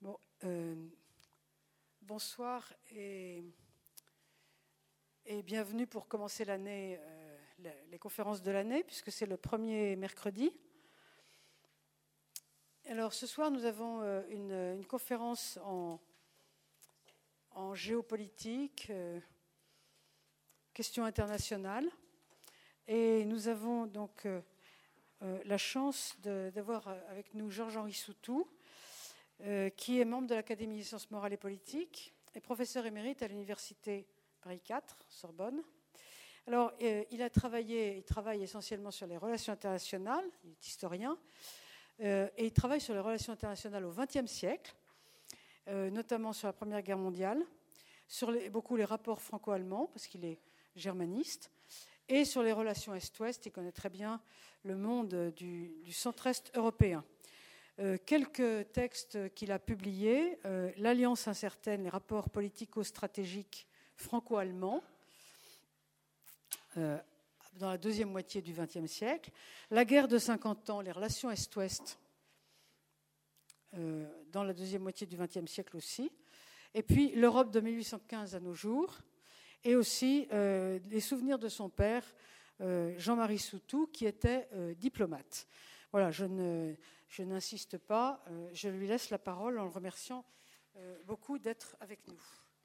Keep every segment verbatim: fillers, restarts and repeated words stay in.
Bon, euh, bonsoir et, et bienvenue pour commencer l'année, euh, les conférences de l'année, puisque c'est le premier mercredi. Alors ce soir, nous avons euh, une, une conférence en, en géopolitique, euh, questions internationales, et nous avons donc euh, euh, la chance de, d'avoir avec nous Georges-Henri Soutou, Euh, qui est membre de l'Académie des sciences morales et politiques et professeur émérite à l'Université Paris quatre, Sorbonne. Alors, euh, il a travaillé, il travaille essentiellement sur les relations internationales, il est historien, euh, et il travaille sur les relations internationales au vingtième siècle, euh, notamment sur la Première Guerre mondiale, sur les, beaucoup les rapports franco-allemands, parce qu'il est germaniste, et sur les relations Est-Ouest, il connaît très bien le monde du, du centre-Est européen. Euh, quelques textes qu'il a publiés, euh, l'Alliance incertaine, les rapports politico-stratégiques franco-allemands, euh, dans la deuxième moitié du vingtième siècle, la guerre de cinquante ans, les relations Est-Ouest, euh, dans la deuxième moitié du vingtième siècle aussi, et puis l'Europe de mille huit cent quinze à nos jours, et aussi euh, les souvenirs de son père, euh, Jean-Marie Soutou, qui était euh, diplomate. Voilà, je ne... Je n'insiste pas, euh, je lui laisse la parole en le remerciant euh, beaucoup d'être avec nous.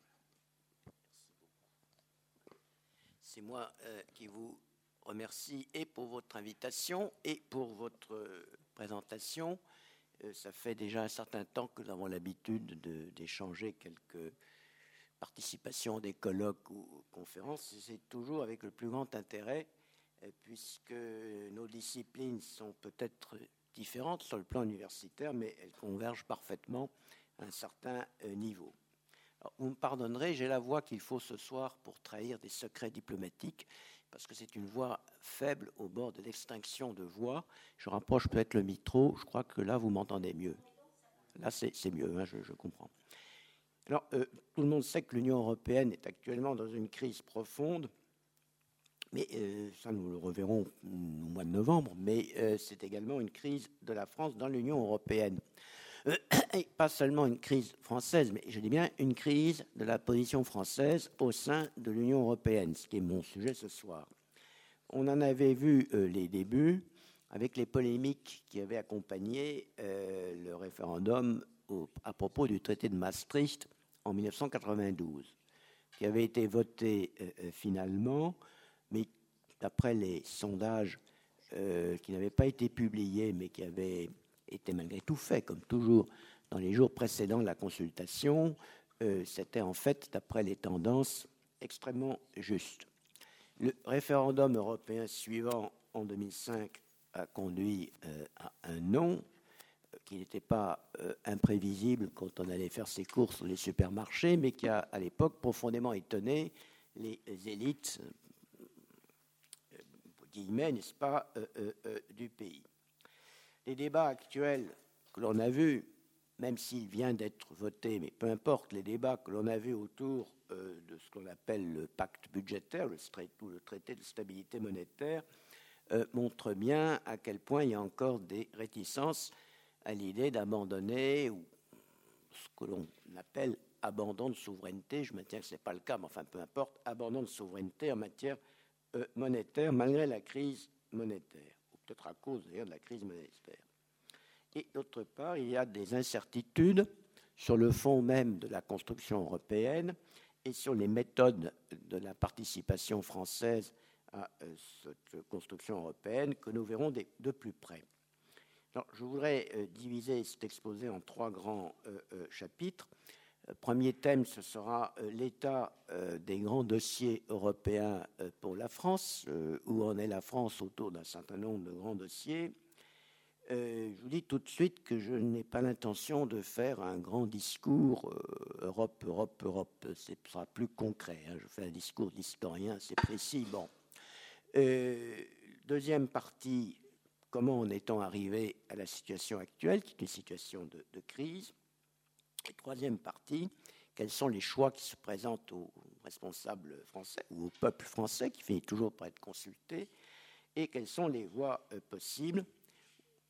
C'est moi euh, qui vous remercie et pour votre invitation et pour votre euh, présentation. Euh, ça fait déjà un certain temps que nous avons l'habitude de, d'échanger quelques participations des colloques ou conférences. C'est toujours avec le plus grand intérêt, euh, puisque nos disciplines sont peut-être différentes sur le plan universitaire, mais elles convergent parfaitement à un certain niveau. Alors, vous me pardonnerez, j'ai la voix qu'il faut ce soir pour trahir des secrets diplomatiques, parce que c'est une voix faible au bord de l'extinction de voix. Je rapproche peut-être le micro, je crois que là, vous m'entendez mieux. Là, c'est, c'est mieux, hein, je, je comprends. Alors, euh, tout le monde sait que l'Union européenne est actuellement dans une crise profonde, mais euh, ça, nous le reverrons au mois de novembre, mais euh, c'est également une crise de la France dans l'Union européenne. Euh, et pas seulement une crise française, mais je dis bien une crise de la position française au sein de l'Union européenne, ce qui est mon sujet ce soir. On en avait vu euh, les débuts avec les polémiques qui avaient accompagné euh, le référendum au, à propos du traité de Maastricht en dix-neuf cent quatre-vingt-douze, qui avait été voté euh, finalement, mais d'après les sondages euh, qui n'avaient pas été publiés, mais qui avaient été malgré tout faits, comme toujours dans les jours précédant la consultation, euh, c'était en fait, d'après les tendances, extrêmement juste. Le référendum européen suivant, en deux mille cinq, a conduit euh, à un non, euh, qui n'était pas euh, imprévisible quand on allait faire ses courses dans les supermarchés, mais qui a, à l'époque, profondément étonné les élites, guillemets, n'est-ce pas, euh, euh, euh, du pays. Les débats actuels que l'on a vus, même s'il vient d'être voté, mais peu importe, les débats que l'on a vus autour euh, de ce qu'on appelle le pacte budgétaire, le, le traité de stabilité monétaire, euh, montrent bien à quel point il y a encore des réticences à l'idée d'abandonner ou ce que l'on appelle abandon de souveraineté. Je maintiens que ce n'est pas le cas, mais enfin peu importe, abandon de souveraineté en matière Euh, monétaire, malgré la crise monétaire, ou peut-être à cause d'ailleurs de la crise monétaire. Et d'autre part, il y a des incertitudes sur le fond même de la construction européenne et sur les méthodes de la participation française à euh, cette construction européenne que nous verrons de, de plus près. Alors, je voudrais euh, diviser cet exposé en trois grands euh, euh, chapitres. Premier thème, ce sera l'état des grands dossiers européens pour la France, où en est la France autour d'un certain nombre de grands dossiers. Je vous dis tout de suite que je n'ai pas l'intention de faire un grand discours Europe, Europe, Europe. Ce sera plus concret. Je fais un discours d'historien, c'est précis. Bon. Deuxième partie, comment en est-on arrivé à la situation actuelle, qui est une situation de, de crise. Et troisième partie, quels sont les choix qui se présentent aux responsables français ou au peuple français qui finit toujours par être consulté, et quelles sont les voies euh, possibles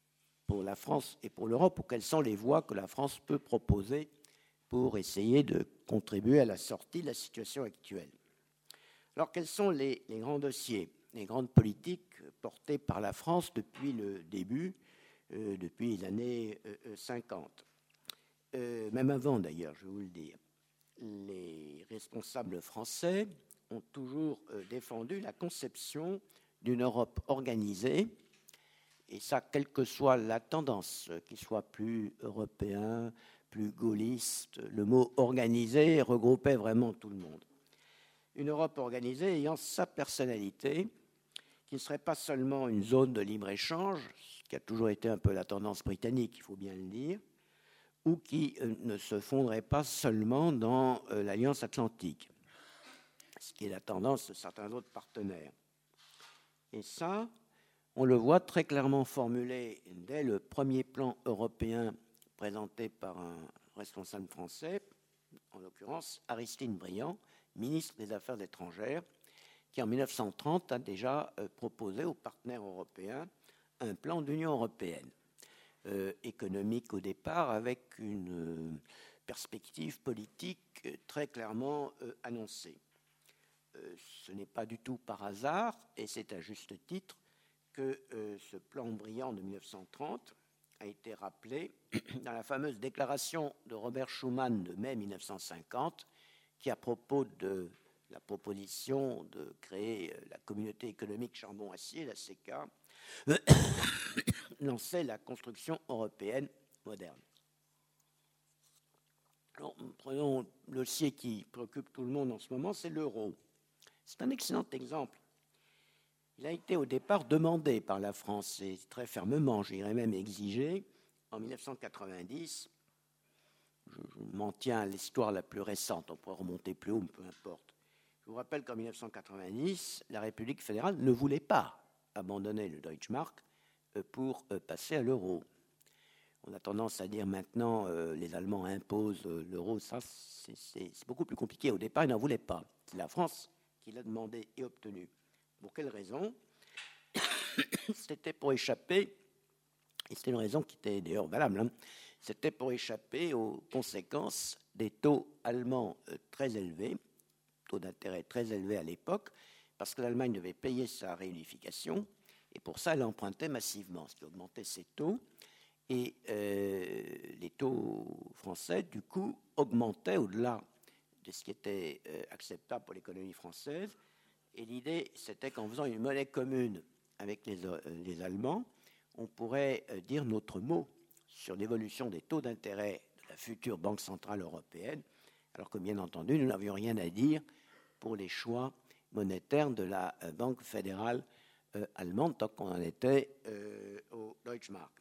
pour la France et pour l'Europe, ou quelles sont les voies que la France peut proposer pour essayer de contribuer à la sortie de la situation actuelle. Alors, quels sont les, les grands dossiers, les grandes politiques portées par la France depuis le début, euh, depuis les années euh, cinquante, euh, même avant d'ailleurs, je vais vous le dire. Les responsables français ont toujours euh, défendu la conception d'une Europe organisée, et ça, quelle que soit la tendance, qu'il soit plus européen, plus gaulliste, le mot organisé regroupait vraiment tout le monde. Une Europe organisée ayant sa personnalité, qui ne serait pas seulement une zone de libre-échange, ce qui a toujours été un peu la tendance britannique, il faut bien le dire, ou qui euh, ne se fondrait pas seulement dans euh, l'Alliance atlantique, ce qui est la tendance de certains autres partenaires. Et ça, on le voit très clairement formulé dès le premier plan européen présenté par un responsable français, en l'occurrence Aristide Briand, ministre des Affaires étrangères, qui en mille neuf cent trente a déjà euh, proposé aux partenaires européens un plan d'Union européenne, euh, économique au départ, avec une euh, perspective politique euh, très clairement euh, annoncée. Euh, ce n'est pas du tout par hasard, et c'est à juste titre, que euh, ce plan Briand de mille neuf cent trente a été rappelé dans la fameuse déclaration de Robert Schuman de mai mille neuf cent cinquante, qui, à propos de la proposition de créer la communauté économique charbon-acier, la C E C A, euh, lançait la construction européenne moderne. Alors, prenons le dossier qui préoccupe tout le monde en ce moment, c'est l'euro. C'est un excellent exemple. Il a été au départ demandé par la France, et très fermement, je dirais même exigé, en mille neuf cent quatre-vingt-dix. Je, je m'en tiens à l'histoire la plus récente, on pourrait remonter plus haut, mais peu importe. Je vous rappelle qu'en mille neuf cent quatre-vingt-dix, la République fédérale ne voulait pas abandonner le Deutschmark pour passer à l'euro. On a tendance à dire maintenant euh, les Allemands imposent l'euro, ça c'est, c'est, c'est beaucoup plus compliqué. Au départ, ils n'en voulaient pas. C'est la France qui l'a demandé et obtenu. Pour quelle raison? C'était pour échapper, et c'était une raison qui était d'ailleurs valable, hein, c'était pour échapper aux conséquences des taux allemands euh, très élevés, taux d'intérêt très élevés à l'époque, parce que l'Allemagne devait payer sa réunification, et pour ça, elle empruntait massivement, ce qui augmentait ses taux, et euh, les taux français, du coup, augmentaient au-delà de ce qui était euh, acceptable pour l'économie française. Et l'idée, c'était qu'en faisant une monnaie commune avec les, euh, les Allemands, on pourrait euh, dire notre mot sur l'évolution des taux d'intérêt de la future Banque centrale européenne, alors que, bien entendu, nous n'avions rien à dire pour les choix monétaires de la euh, Banque fédérale euh, allemande, tant qu'on en était euh, au Deutschmark.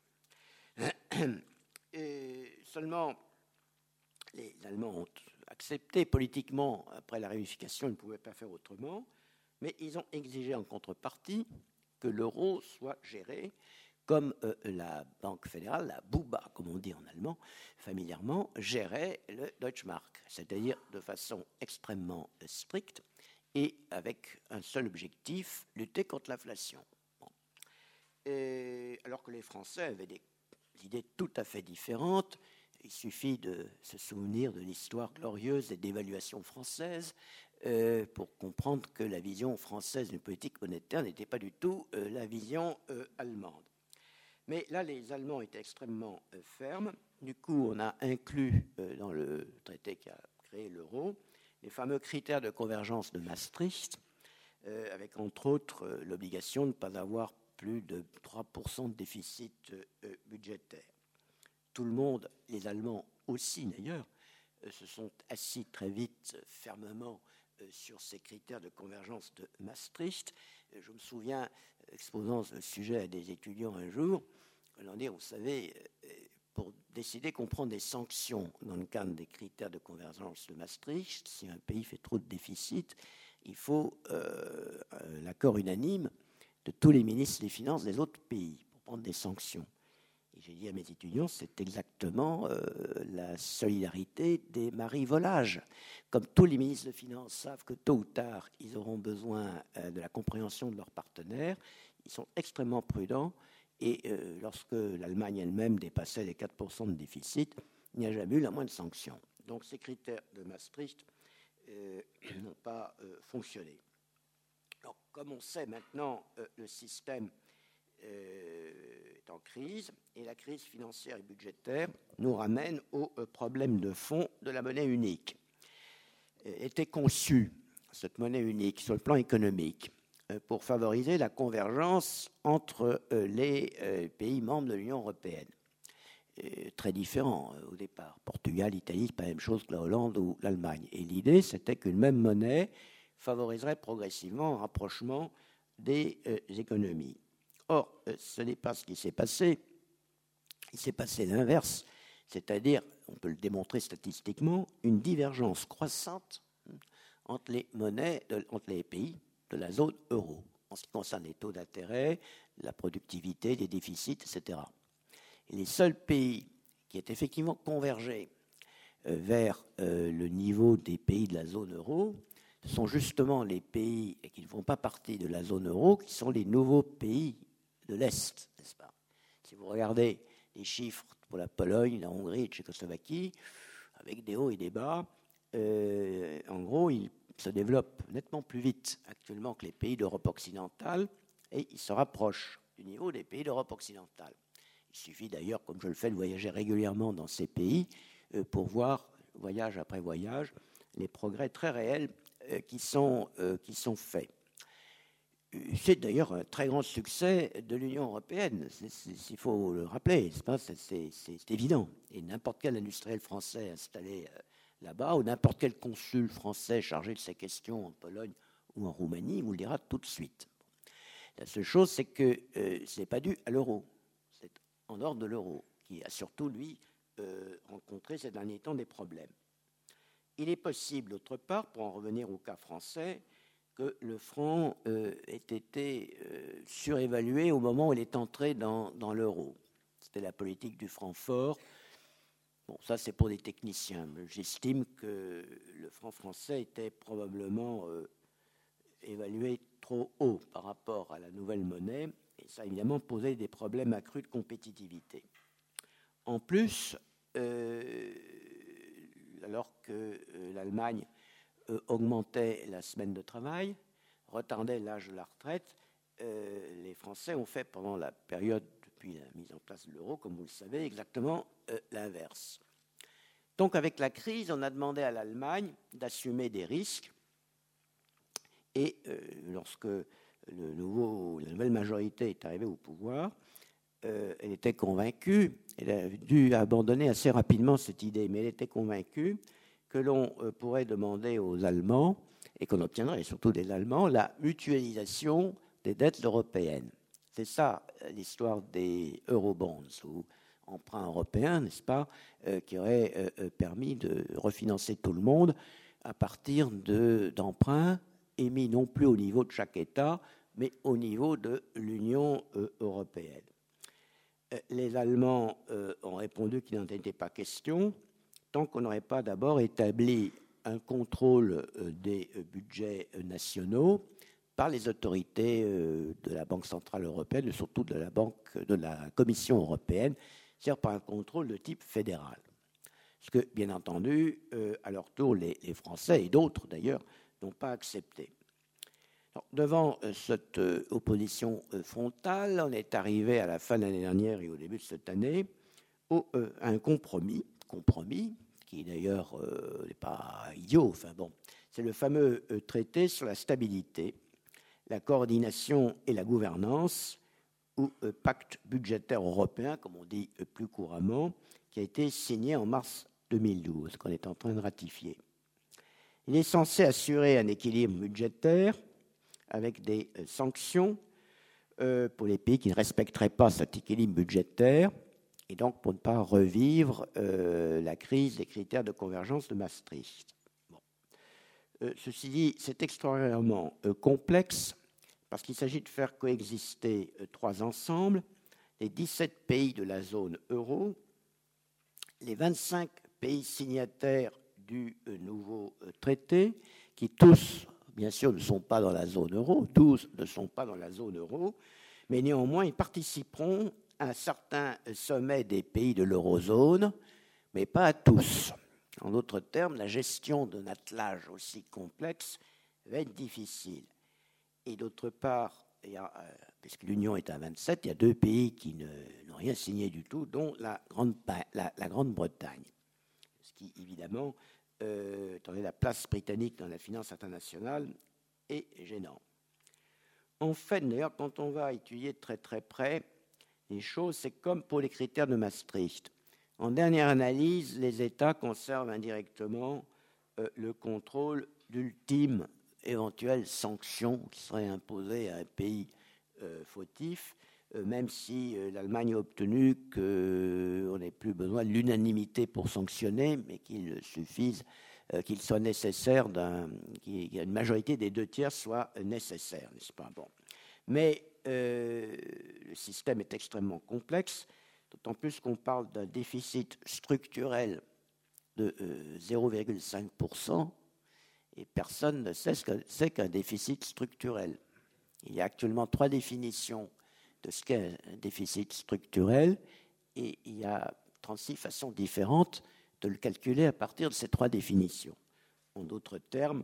Et seulement, les Allemands ont accepté politiquement, après la réunification, ils ne pouvaient pas faire autrement, mais ils ont exigé en contrepartie que l'euro soit géré comme euh, la Banque fédérale, la BUBA, comme on dit en allemand, familièrement, gérait le Deutschmark, c'est-à-dire de façon extrêmement stricte et avec un seul objectif, lutter contre l'inflation. Bon. Et alors que les Français avaient des idées tout à fait différentes, il suffit de se souvenir de l'histoire glorieuse des dévaluations françaises euh, pour comprendre que la vision française d'une politique monétaire n'était pas du tout euh, la vision euh, allemande. Mais là, les Allemands étaient extrêmement euh, fermes. Du coup, on a inclus euh, dans le traité qui a créé l'euro les fameux critères de convergence de Maastricht, euh, avec entre autres euh, l'obligation de ne pas avoir plus de trois pour cent de déficit euh, budgétaire. Tout le monde, les Allemands aussi d'ailleurs, euh, se sont assis très vite, euh, fermement, euh, sur ces critères de convergence de Maastricht. Euh, je me souviens, exposant ce sujet à des étudiants un jour, leur dire, vous savez, euh, pour décider qu'on prend des sanctions dans le cadre des critères de convergence de Maastricht, si un pays fait trop de déficit, il faut euh, l'accord unanime de tous les ministres des Finances des autres pays pour prendre des sanctions. Et j'ai dit à mes étudiants, c'est exactement euh, la solidarité des maris-volages. Comme tous les ministres de Finances savent que tôt ou tard, ils auront besoin euh, de la compréhension de leurs partenaires, ils sont extrêmement prudents Et euh, lorsque l'Allemagne elle-même dépassait les quatre pour cent de déficit, il n'y a jamais eu la moindre sanction. Donc ces critères de Maastricht euh, n'ont pas euh, fonctionné. Alors, comme on sait maintenant, euh, le système euh, est en crise et la crise financière et budgétaire nous ramène au euh, problème de fond de la monnaie unique. Euh, était conçue cette monnaie unique sur le plan économique euh, pour favoriser la convergence entre euh, les euh, pays membres de l'Union européenne. Euh, très différents euh, au départ. Portugal, Italie, c'est pas la même chose que la Hollande ou l'Allemagne. Et l'idée, c'était qu'une même monnaie favoriserait progressivement un rapprochement des euh, économies. Or, euh, ce n'est pas ce qui s'est passé. Il s'est passé l'inverse, c'est-à-dire, on peut le démontrer statistiquement, une divergence croissante entre les monnaies, de, entre les pays de la zone euro, en ce qui concerne les taux d'intérêt, la productivité, les déficits, et cetera. Et les seuls pays qui est effectivement convergé euh, vers euh, le niveau des pays de la zone euro, ce sont justement les pays qui ne font pas partie de la zone euro, qui sont les nouveaux pays de l'Est, n'est-ce pas? Si vous regardez les chiffres pour la Pologne, la Hongrie, la Tchécoslovaquie, avec des hauts et des bas, euh, en gros, ils se développent nettement plus vite actuellement que les pays d'Europe occidentale, et ils se rapprochent du niveau des pays d'Europe occidentale. Il suffit d'ailleurs, comme je le fais, de voyager régulièrement dans ces pays euh, pour voir, voyage après voyage, les progrès très réels euh, qui, sont, euh, qui sont faits. C'est d'ailleurs un très grand succès de l'Union européenne, il faut le rappeler, c'est, pas, c'est, c'est, c'est évident. Et n'importe quel industriel français installé euh, là-bas, ou n'importe quel consul français chargé de ces questions en Pologne ou en Roumanie, vous le dira tout de suite. La seule chose, c'est que euh, ce n'est pas dû à l'euro. En dehors de l'euro, qui a surtout, lui, euh, rencontré ces derniers temps des problèmes. Il est possible, d'autre part, pour en revenir au cas français, que le franc euh, ait été euh, surévalué au moment où il est entré dans, dans l'euro. C'était la politique du franc fort. Bon, ça, c'est pour des techniciens. J'estime que le franc français était probablement euh, évalué trop haut par rapport à la nouvelle monnaie. Et ça a évidemment posé des problèmes accrus de compétitivité. En plus, euh, alors que euh, l'Allemagne euh, augmentait la semaine de travail, retardait l'âge de la retraite, euh, les Français ont fait pendant la période depuis la mise en place de l'euro, comme vous le savez, exactement euh, l'inverse. Donc avec la crise, on a demandé à l'Allemagne d'assumer des risques et euh, lorsque Le nouveau, la nouvelle majorité est arrivée au pouvoir, euh, elle était convaincue, elle a dû abandonner assez rapidement cette idée, mais elle était convaincue que l'on euh, pourrait demander aux Allemands, et qu'on obtiendrait surtout des Allemands, la mutualisation des dettes européennes. C'est ça l'histoire des eurobonds, ou emprunts européens, n'est-ce pas, euh, qui aurait euh, permis de refinancer tout le monde à partir de, d'emprunts émis non plus au niveau de chaque État, mais au niveau de l'Union euh, européenne. Euh, les Allemands euh, ont répondu qu'il n'en était pas question, tant qu'on n'aurait pas d'abord établi un contrôle euh, des euh, budgets euh, nationaux par les autorités euh, de la Banque centrale européenne, et surtout de la, banque, de la Commission européenne, c'est-à-dire par un contrôle de type fédéral. Ce que, bien entendu, euh, à leur tour, les, les Français et d'autres d'ailleurs n'ont pas accepté. Alors, devant euh, cette euh, opposition euh, frontale, on est arrivé à la fin de l'année dernière et au début de cette année au, euh, à un compromis, compromis qui d'ailleurs euh, n'est pas idiot. Enfin bon, c'est le fameux euh, traité sur la stabilité, la coordination et la gouvernance, ou euh, pacte budgétaire européen, comme on dit euh, plus couramment, qui a été signé en mars deux mille douze, qu'on est en train de ratifier. Il est censé assurer un équilibre budgétaire avec des euh, sanctions euh, pour les pays qui ne respecteraient pas cet équilibre budgétaire et donc pour ne pas revivre euh, la crise des critères de convergence de Maastricht. Bon. Euh, ceci dit, c'est extraordinairement euh, complexe parce qu'il s'agit de faire coexister euh, trois ensembles, les dix-sept pays de la zone euro, les vingt-cinq pays signataires du euh, nouveau euh, traité, qui tous, bien sûr, ne sont pas dans la zone euro, tous ne sont pas dans la zone euro, mais néanmoins, ils participeront à un certain sommet des pays de l'eurozone, mais pas à tous. En d'autres termes, la gestion d'un attelage aussi complexe va être difficile. Et d'autre part, il y a, euh, puisque l'Union est à vingt-sept, il y a deux pays qui ne, n'ont rien signé du tout, dont la, Grande, la, la Grande-Bretagne. Ce qui, évidemment, euh, étant donné la place britannique dans la finance internationale, est gênant. En fait, d'ailleurs, quand on va étudier de très très près les choses, c'est comme pour les critères de Maastricht. En dernière analyse, les États conservent indirectement euh, le contrôle d'ultimes éventuelles sanctions qui seraient imposées à un pays euh, fautif, euh, même si euh, l'Allemagne a obtenu qu'on n'ait plus besoin de l'unanimité pour sanctionner, mais qu'il suffise, euh, qu'il soit nécessaire, d'un, qu'il y ait une majorité des deux tiers soit nécessaire, n'est-ce pas? Bon. Mais euh, le système est extrêmement complexe, d'autant plus qu'on parle d'un déficit structurel de euh, zéro virgule cinq pour cent, et personne ne sait ce que c'est qu'un déficit structurel. Il y a actuellement trois définitions de ce qu'est un déficit structurel, et il y a trente-six façons différentes de le calculer à partir de ces trois définitions. En d'autres termes,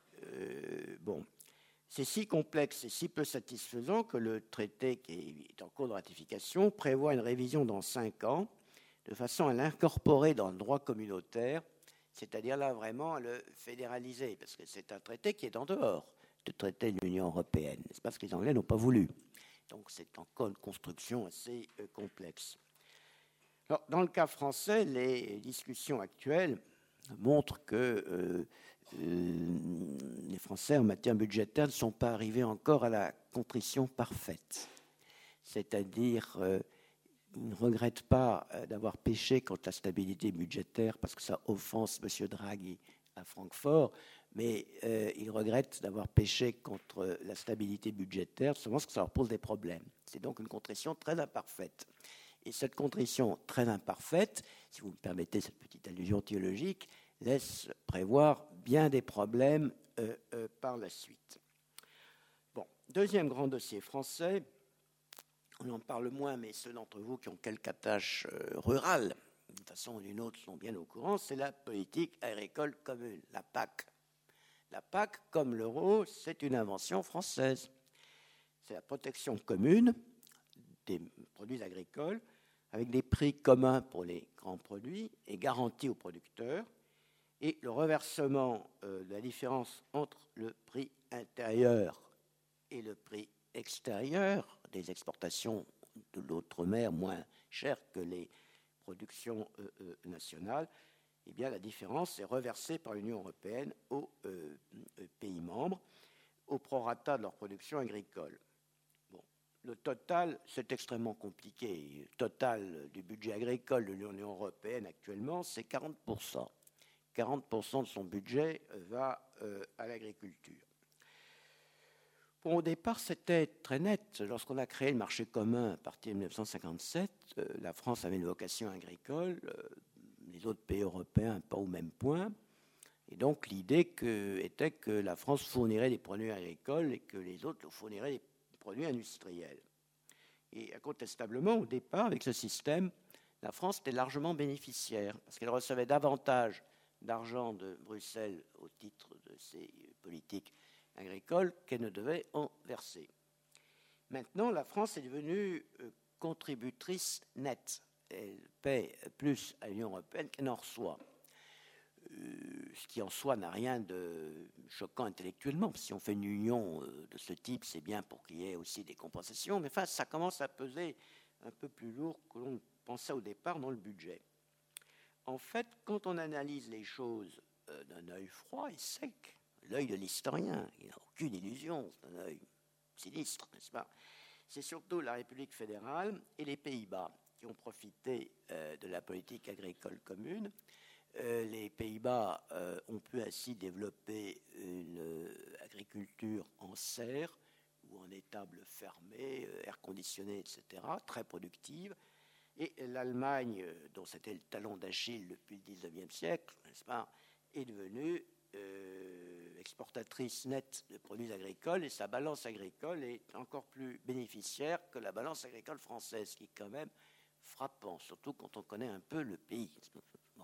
euh, bon, c'est si complexe et si peu satisfaisant que le traité qui est en cours de ratification prévoit une révision dans cinq ans de façon à l'incorporer dans le droit communautaire, c'est-à-dire là vraiment à le fédéraliser, parce que c'est un traité qui est en dehors du traité de l'Union européenne. C'est parce que les Anglais n'ont pas voulu. Donc c'est encore une construction assez euh, complexe. Alors, dans le cas français, les discussions actuelles montrent que euh, Euh, les Français en matière budgétaire ne sont pas arrivés encore à la contrition parfaite. C'est-à-dire, euh, ils ne regrettent pas euh, d'avoir péché contre la stabilité budgétaire parce que ça offense M. Draghi à Francfort, mais euh, ils regrettent d'avoir péché contre la stabilité budgétaire seulement parce que ça leur pose des problèmes. C'est donc une contrition très imparfaite. Et cette contrition très imparfaite, si vous me permettez cette petite allusion théologique, laisse prévoir bien des problèmes euh, euh, par la suite. Bon, deuxième grand dossier français, on en parle moins, mais ceux d'entre vous qui ont quelque attache euh, rurale, d'une façon ou d'une autre, sont bien au courant, c'est la politique agricole commune, la P A C. La P A C, comme l'euro, c'est une invention française. C'est la protection commune des produits agricoles, avec des prix communs pour les grands produits et garantis aux producteurs, et le reversement euh, de la différence entre le prix intérieur et le prix extérieur des exportations de l'outre-mer moins chères que les productions euh, euh, nationales, eh bien la différence est reversée par l'Union européenne aux euh, pays membres au prorata de leur production agricole. Bon, le total, c'est extrêmement compliqué. Le total du budget agricole de l'Union européenne actuellement, c'est quarante pour cent. quarante pour cent de son budget va euh, à l'agriculture. Bon, au départ, c'était très net. Lorsqu'on a créé le marché commun à partir de mille neuf cent cinquante-sept, euh, la France avait une vocation agricole, euh, les autres pays européens pas au même point. Et donc, l'idée que, était que la France fournirait des produits agricoles et que les autres fourniraient des produits industriels. Et incontestablement, au départ, avec ce système, la France était largement bénéficiaire parce qu'elle recevait davantage d'argent de Bruxelles au titre de ses politiques agricoles qu'elle ne devait en verser. Maintenant, la France est devenue contributrice nette. Elle paie plus à l'Union européenne qu'elle n'en reçoit. Ce qui en soi n'a rien de choquant intellectuellement. Si on fait une union de ce type, c'est bien pour qu'il y ait aussi des compensations, mais enfin, ça commence à peser un peu plus lourd que l'on pensait au départ dans le budget. En fait, quand on analyse les choses euh, d'un œil froid et sec, l'œil de l'historien, il n'a aucune illusion, c'est un œil sinistre, n'est-ce pas? C'est surtout la République fédérale et les Pays-Bas qui ont profité euh, de la politique agricole commune. Euh, les Pays-Bas euh, ont pu ainsi développer une euh, agriculture en serre ou en étable fermée, euh, air conditionné, et cetera, très productive. Et l'Allemagne, dont c'était le talon d'Achille depuis le dix-neuvième siècle, n'est-ce pas, est devenue euh, exportatrice nette de produits agricoles et sa balance agricole est encore plus bénéficiaire que la balance agricole française, qui est quand même frappant, surtout quand on connaît un peu le pays. Bon.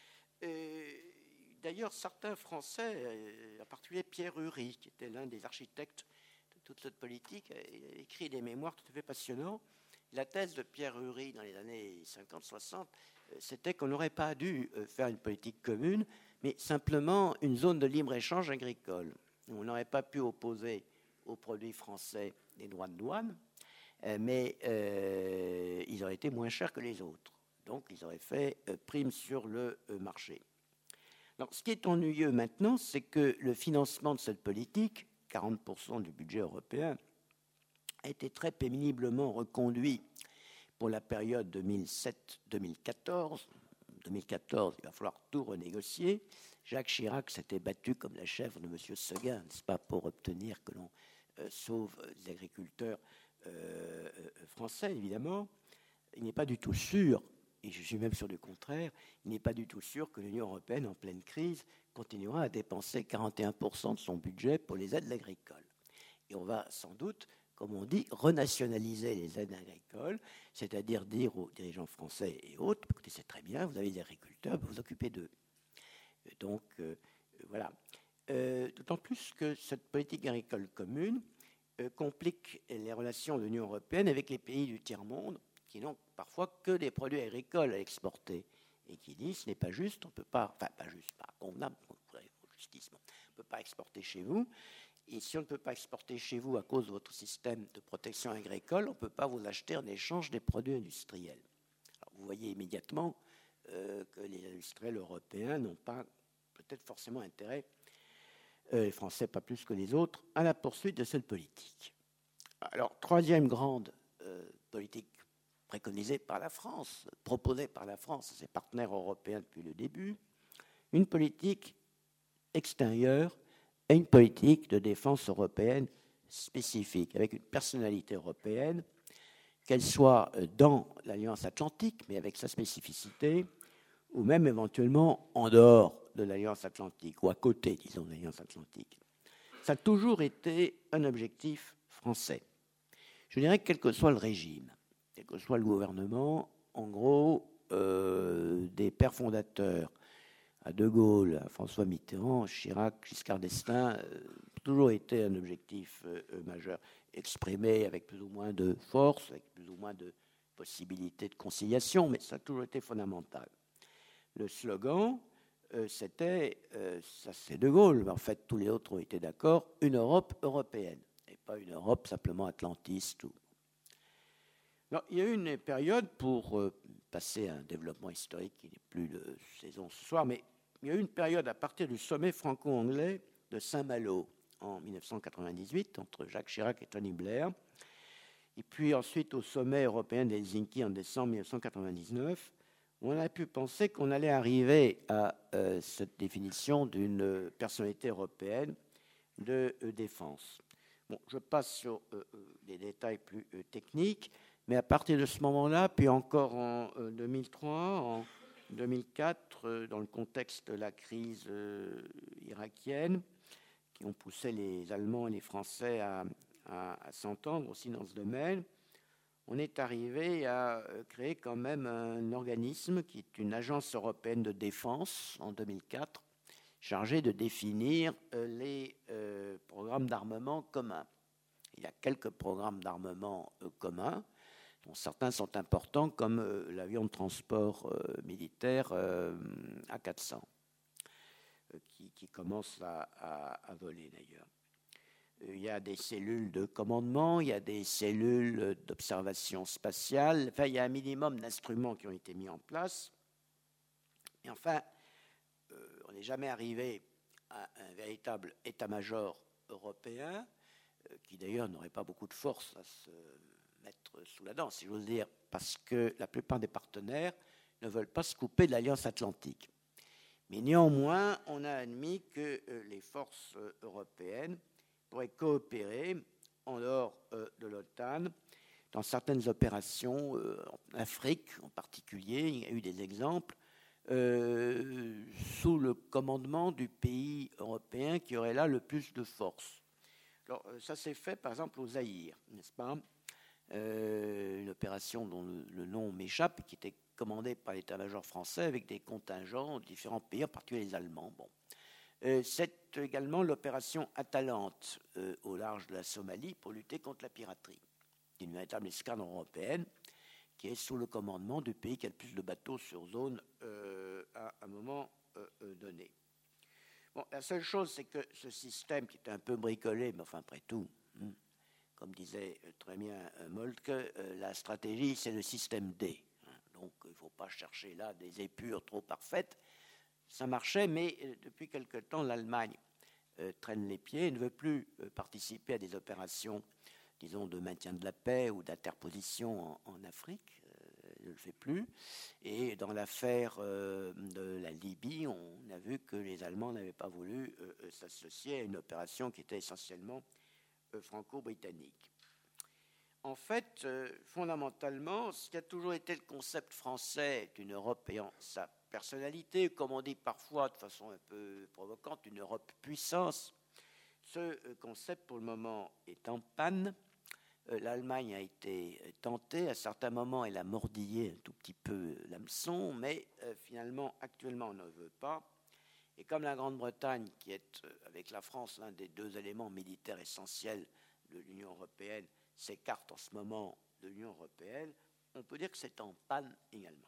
D'ailleurs, certains Français, en particulier Pierre Ury, qui était l'un des architectes de toute cette politique, a écrit des mémoires tout à fait passionnants. La thèse de Pierre Ury dans les années cinquante soixante, c'était qu'on n'aurait pas dû faire une politique commune, mais simplement une zone de libre-échange agricole. On n'aurait pas pu opposer aux produits français des droits de douane, mais euh, ils auraient été moins chers que les autres. Donc, ils auraient fait euh, prime sur le euh, marché. Alors, ce qui est ennuyeux maintenant, c'est que le financement de cette politique, quarante pour cent du budget européen, a été très péniblement reconduit pour la période deux mille sept deux mille quatorze. deux mille quatorze, il va falloir tout renégocier. Jacques Chirac s'était battu comme la chèvre de M. Seguin, n'est-ce pas, pour obtenir que l'on euh, sauve les agriculteurs euh, euh, français, évidemment. Il n'est pas du tout sûr, et je suis même sûr du contraire, il n'est pas du tout sûr que l'Union européenne, en pleine crise, continuera à dépenser quarante et un pour cent de son budget pour les aides agricoles. Et on va sans doute, comme on dit, renationaliser les aides agricoles, c'est-à-dire dire aux dirigeants français et autres, écoutez, c'est très bien, vous avez des agriculteurs, vous vous occupez d'eux. Donc, euh, voilà. Euh, d'autant plus que cette politique agricole commune euh, complique les relations de l'Union européenne avec les pays du tiers-monde, qui n'ont parfois que des produits agricoles à exporter, et qui disent, ce n'est pas juste, on ne peut pas, enfin, pas juste, pas convenable, justice, on ne peut pas exporter chez vous. Et si on ne peut pas exporter chez vous à cause de votre système de protection agricole, on ne peut pas vous acheter en échange des produits industriels. Alors, vous voyez immédiatement euh, que les industriels européens n'ont pas peut-être forcément intérêt, euh, les Français pas plus que les autres, à la poursuite de cette politique. Alors, troisième grande euh, politique préconisée par la France, proposée par la France et ses partenaires européens depuis le début, une politique extérieure et une politique de défense européenne spécifique, avec une personnalité européenne, qu'elle soit dans l'Alliance Atlantique, mais avec sa spécificité, ou même éventuellement en dehors de l'Alliance Atlantique, ou à côté, disons, de l'Alliance Atlantique. Ça a toujours été un objectif français. Je dirais que quel que soit le régime, quel que soit le gouvernement, en gros, euh, des pères fondateurs, à De Gaulle, à François Mitterrand, Chirac, Giscard d'Estaing, euh, toujours été un objectif euh, majeur, exprimé avec plus ou moins de force, avec plus ou moins de possibilités de conciliation, mais ça a toujours été fondamental. Le slogan, euh, c'était, euh, ça c'est De Gaulle, mais en fait tous les autres ont été d'accord, une Europe européenne, et pas une Europe simplement atlantiste. Ou... Alors, il y a eu une période, pour euh, passer à un développement historique qui n'est plus de saison ce soir, mais il y a eu une période à partir du sommet franco-anglais de Saint-Malo en mille neuf cent quatre-vingt-dix-huit entre Jacques Chirac et Tony Blair, et puis ensuite au sommet européen d'Helsinki en décembre mille neuf cent quatre-vingt-dix-neuf, où on a pu penser qu'on allait arriver à euh, cette définition d'une personnalité européenne de euh, défense. Bon, je passe sur euh, des détails plus euh, techniques, mais à partir de ce moment-là, puis encore en euh, deux mille trois, en deux mille quatre, euh, dans le contexte de la crise euh, irakienne, qui ont poussé les Allemands et les Français à, à, à s'entendre aussi dans ce domaine, on est arrivé à créer quand même un organisme qui est une agence européenne de défense en deux mille quatre, chargée de définir euh, les euh, programmes d'armement communs. Il y a quelques programmes d'armement euh, communs, dont certains sont importants, comme euh, l'avion de transport euh, militaire euh, A quatre cents, euh, qui, qui commence à, à, à voler d'ailleurs. Euh, il y a des cellules de commandement, il y a des cellules d'observation spatiale, enfin il y a un minimum d'instruments qui ont été mis en place. Et enfin, euh, on n'est jamais arrivé à un véritable état-major européen, euh, qui d'ailleurs n'aurait pas beaucoup de force à se mettre sous la dent, si j'ose dire, parce que la plupart des partenaires ne veulent pas se couper de l'Alliance Atlantique. Mais néanmoins, on a admis que euh, les forces euh, européennes pourraient coopérer en dehors euh, de l'OTAN dans certaines opérations, euh, en Afrique en particulier. Il y a eu des exemples euh, sous le commandement du pays européen qui aurait là le plus de force. Alors, ça s'est fait par exemple au Zaïre, n'est-ce pas? Euh, une opération dont le, le nom m'échappe, qui était commandée par l'état-major français avec des contingents de différents pays, en particulier les Allemands. Bon. Euh, c'est également l'opération Atalante euh, au large de la Somalie pour lutter contre la piraterie, une véritable escadre européenne qui est sous le commandement du pays qui a le plus de bateaux sur zone euh, à un moment euh, donné. Bon, la seule chose, c'est que ce système qui était un peu bricolé, mais enfin après tout, hmm, comme disait très bien Moltke, euh, la stratégie, c'est le système D. Donc, il ne faut pas chercher là des épures trop parfaites. Ça marchait, mais euh, depuis quelque temps, l'Allemagne euh, traîne les pieds et ne veut plus euh, participer à des opérations, disons, de maintien de la paix ou d'interposition en, en Afrique. Euh, elle ne le fait plus. Et dans l'affaire euh, de la Libye, on a vu que les Allemands n'avaient pas voulu euh, s'associer à une opération qui était essentiellement franco-britannique. En fait, euh, fondamentalement, ce qui a toujours été le concept français d'une Europe ayant sa personnalité, comme on dit parfois de façon un peu provocante, une Europe puissance, ce euh, concept pour le moment est en panne. Euh, L'Allemagne a été tentée, à certains moments elle a mordillé un tout petit peu l'hameçon, mais euh, finalement actuellement on ne veut pas. Et comme la Grande-Bretagne, qui est, avec la France, l'un des deux éléments militaires essentiels de l'Union européenne, s'écarte en ce moment de l'Union européenne, on peut dire que c'est en panne également.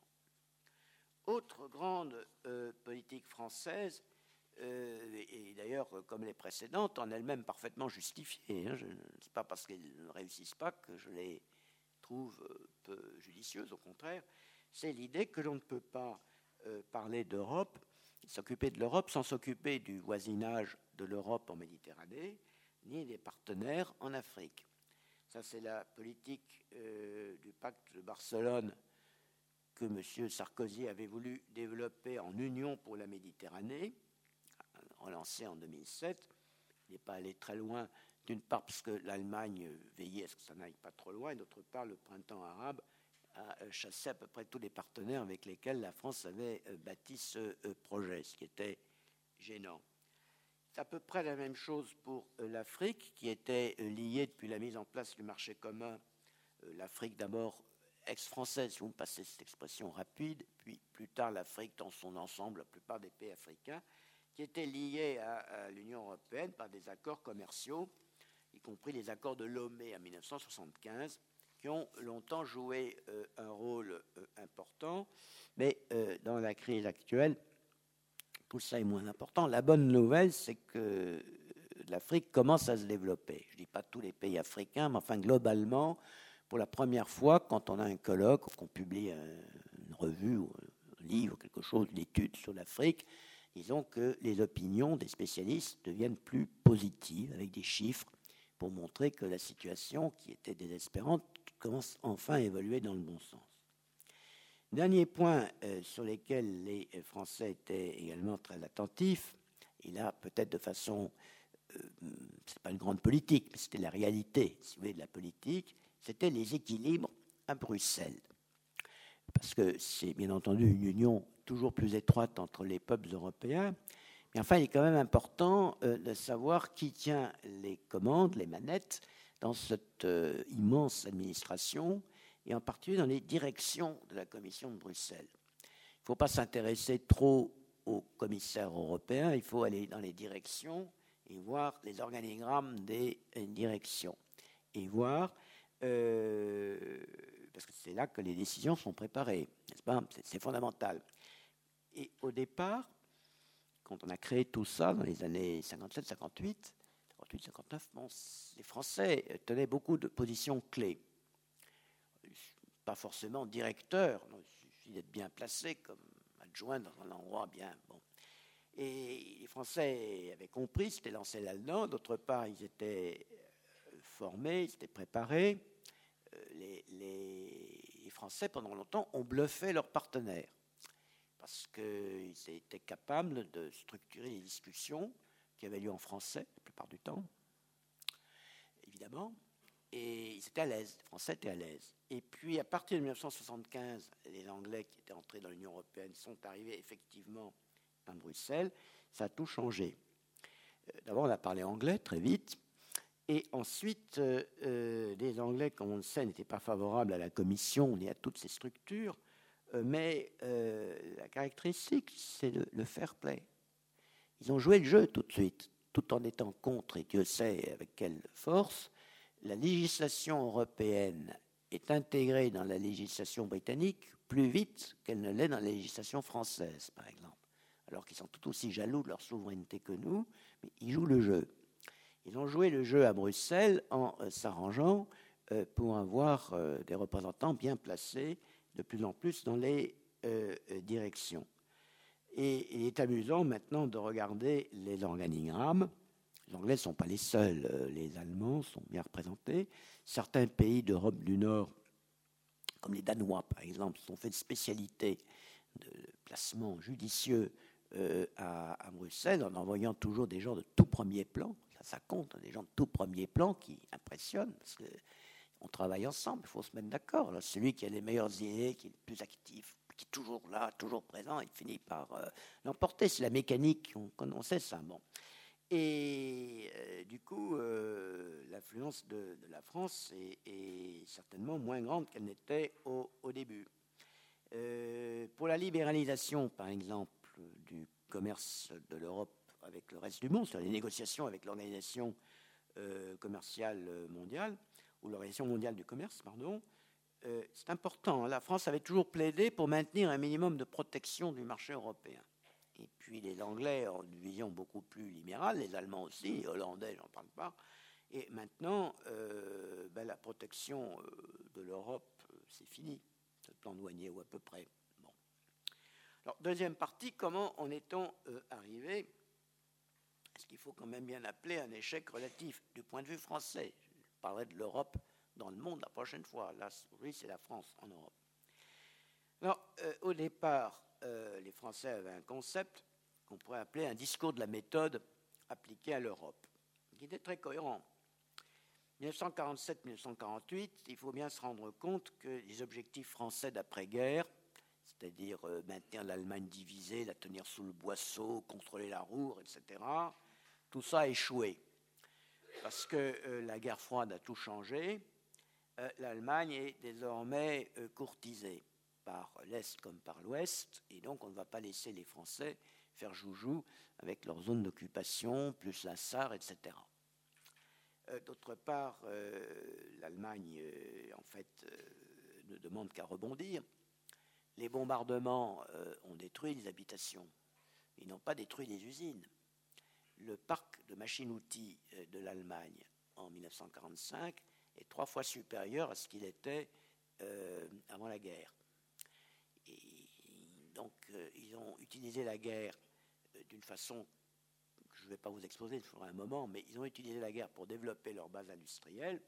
Autre grande euh, politique française, euh, et, et d'ailleurs, comme les précédentes, en elle-même parfaitement justifiée, hein, ce n'est pas parce qu'elles ne réussissent pas que je les trouve euh, peu judicieuses, au contraire, c'est l'idée que l'on ne peut pas euh, parler d'Europe, s'occuper de l'Europe sans s'occuper du voisinage de l'Europe en Méditerranée, ni des partenaires en Afrique. Ça, c'est la politique euh, du pacte de Barcelone que M. Sarkozy avait voulu développer en Union pour la Méditerranée, relancée en deux mille sept. Il n'est pas allé très loin, d'une part parce que l'Allemagne veillait à ce que ça n'aille pas trop loin, et d'autre part, le printemps arabe a chassé à peu près tous les partenaires avec lesquels la France avait bâti ce projet, ce qui était gênant. C'est à peu près la même chose pour l'Afrique, qui était liée depuis la mise en place du marché commun, l'Afrique d'abord ex-française, si vous me passez cette expression rapide, puis plus tard l'Afrique dans son ensemble, la plupart des pays africains, qui étaient liés à, à l'Union européenne par des accords commerciaux, y compris les accords de Lomé en mille neuf cent soixante-quinze, qui ont longtemps joué euh, un rôle euh, important, mais euh, dans la crise actuelle, tout ça est moins important. La bonne nouvelle, c'est que l'Afrique commence à se développer. Je ne dis pas tous les pays africains, mais enfin globalement, pour la première fois, quand on a un colloque, qu'on publie une revue ou un livre, quelque chose, une étude sur l'Afrique, disons que les opinions des spécialistes deviennent plus positives, avec des chiffres, pour montrer que la situation, qui était désespérante, commence enfin à évoluer dans le bon sens. Dernier point euh, sur lequel les Français étaient également très attentifs, et là peut-être de façon, euh, c'est pas une grande politique, mais c'était la réalité, si vous voulez, de la politique, c'était les équilibres à Bruxelles. Parce que c'est bien entendu une union toujours plus étroite entre les peuples européens, mais enfin il est quand même important euh, de savoir qui tient les commandes, les manettes, dans cette euh, immense administration, et en particulier dans les directions de la Commission de Bruxelles. Il ne faut pas s'intéresser trop aux commissaires européens, il faut aller dans les directions et voir les organigrammes des directions, et voir, euh, parce que c'est là que les décisions sont préparées, n'est-ce pas ? C'est, c'est fondamental. Et au départ, quand on a créé tout ça dans les années cinquante-sept cinquante-huit, cinquante-huit cinquante-neuf, bon, les Français tenaient beaucoup de positions clés. Pas forcément directeur, il suffit d'être bien placé comme adjoint dans un endroit bien bon. Et les Français avaient compris, s'étaient lancés là-dedans. D'autre part, ils étaient formés, ils étaient préparés. Les, les, les Français, pendant longtemps, ont bluffé leurs partenaires parce qu'ils étaient capables de structurer les discussions qui avaient lieu en français, la plupart du temps, évidemment. et ils étaient à l'aise, les Français étaient à l'aise. Et puis, à partir de mille neuf cent soixante-quinze, les Anglais qui étaient entrés dans l'Union européenne sont arrivés effectivement à Bruxelles. Ça a tout changé. D'abord, on a parlé anglais très vite. Et ensuite, euh, euh, les Anglais, comme on le sait, n'étaient pas favorables à la Commission ni à toutes ces structures. Euh, mais euh, la caractéristique, c'est le, le fair play. Ils ont joué le jeu tout de suite, tout en étant contre, et Dieu sait avec quelle force. La législation européenne est intégrée dans la législation britannique plus vite qu'elle ne l'est dans la législation française, par exemple. Alors qu'ils sont tout aussi jaloux de leur souveraineté que nous, mais ils jouent le jeu. Ils ont joué le jeu à Bruxelles en euh, s'arrangeant euh, pour avoir euh, des représentants bien placés de plus en plus dans les euh, euh, directions. Et il est amusant maintenant de regarder les organigrammes. Les Anglais ne sont pas les seuls, euh, les Allemands sont bien représentés. Certains pays d'Europe du Nord, comme les Danois par exemple, sont fait de spécialité de placement judicieux euh, à, à Bruxelles en envoyant toujours des gens de tout premier plan. Ça, ça compte, des gens de tout premier plan qui impressionnent parce qu'on travaille ensemble, il faut se mettre d'accord. Là, celui qui a les meilleures idées, qui est le plus actif, qui est toujours là, toujours présent, il finit par euh, l'emporter. C'est la mécanique, on, on sait ça. Bon. Et euh, du coup, euh, l'influence de, de la France est, est certainement moins grande qu'elle n'était au, au début. Euh, pour la libéralisation, par exemple, du commerce de l'Europe avec le reste du monde, c'est-à-dire les négociations avec l'Organisation euh, commerciale mondiale, ou l'Organisation mondiale du commerce, pardon, euh, c'est important. La France avait toujours plaidé pour maintenir un minimum de protection du marché européen. Et puis les Anglais ont une vision beaucoup plus libérale, les Allemands aussi, les Hollandais, j'en parle pas. Et maintenant, euh, ben, la protection euh, de l'Europe, euh, c'est fini, ce plan douanier ou à peu près. Bon. Alors, deuxième partie, comment en est-on euh, arrivé à ce qu'il faut quand même bien appeler un échec relatif du point de vue français. Je parlerai de l'Europe dans le monde la prochaine fois. Là, oui, c'est la France en Europe. Alors, euh, au départ, euh, les Français avaient un concept qu'on pourrait appeler un discours de la méthode appliqué à l'Europe, qui était très cohérent. dix-neuf cent quarante-sept dix-neuf cent quarante-huit, il faut bien se rendre compte que les objectifs français d'après-guerre, c'est-à-dire euh, maintenir l'Allemagne divisée, la tenir sous le boisseau, contrôler la Ruhr, et cetera, tout ça a échoué. Parce que euh, la guerre froide a tout changé. Euh, L'Allemagne est désormais euh, courtisée par l'Est comme par l'Ouest, et donc on ne va pas laisser les Français faire joujou avec leur zone d'occupation, plus la Sarre, et cetera. Euh, D'autre part, euh, l'Allemagne, euh, en fait, euh, ne demande qu'à rebondir. Les bombardements euh, ont détruit les habitations. Ils n'ont pas détruit les usines. Le parc de machines-outils euh, de l'Allemagne en dix-neuf cent quarante-cinq est trois fois supérieur à ce qu'il était euh, avant la guerre. Et donc, euh, ils ont utilisé la guerre euh, d'une façon que je ne vais pas vous exposer, il faudra un moment, mais ils ont utilisé la guerre pour développer leur base industrielle.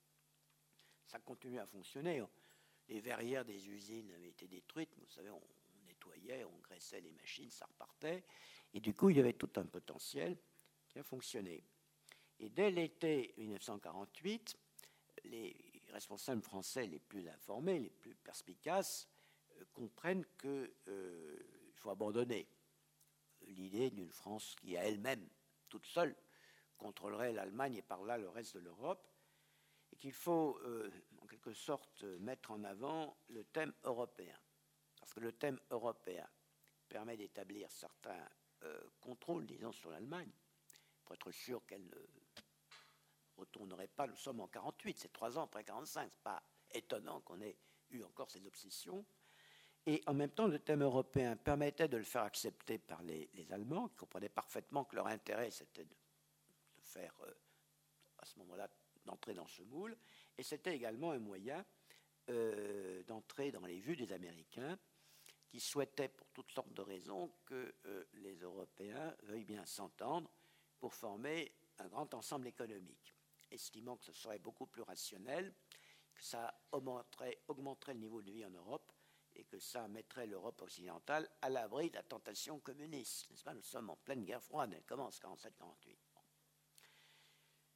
Ça continue à fonctionner. Les verrières des usines avaient été détruites. Vous savez, on, on nettoyait, on graissait les machines, ça repartait. Et du coup, il y avait tout un potentiel qui a fonctionné. Et dès l'été dix-neuf cent quarante-huit, les responsables français les plus informés, les plus perspicaces, euh, comprennent qu'il euh, faut abandonner l'idée d'une France qui, à elle-même, toute seule, contrôlerait l'Allemagne et par là le reste de l'Europe, et qu'il faut, euh, en quelque sorte, mettre en avant le thème européen. Parce que le thème européen permet d'établir certains euh, contrôles, disons, sur l'Allemagne, pour être sûr qu'elle ne retournerait pas. Nous sommes en quarante-huit, c'est trois ans après quarante-cinq, c'est pas étonnant qu'on ait eu encore ces obsessions. Et en même temps, le thème européen permettait de le faire accepter par les, les Allemands, qui comprenaient parfaitement que leur intérêt, c'était de, de faire, euh, à ce moment-là, d'entrer dans ce moule. Et c'était également un moyen euh, d'entrer dans les vues des Américains, qui souhaitaient, pour toutes sortes de raisons, que euh, les Européens veuillent bien s'entendre pour former un grand ensemble économique, estimant que ce serait beaucoup plus rationnel, que ça augmenterait, augmenterait le niveau de vie en Europe, et que ça mettrait l'Europe occidentale à l'abri de la tentation communiste. N'est-ce pas ? Nous sommes en pleine guerre froide, elle commence en quarante-sept quarante-huit. Bon.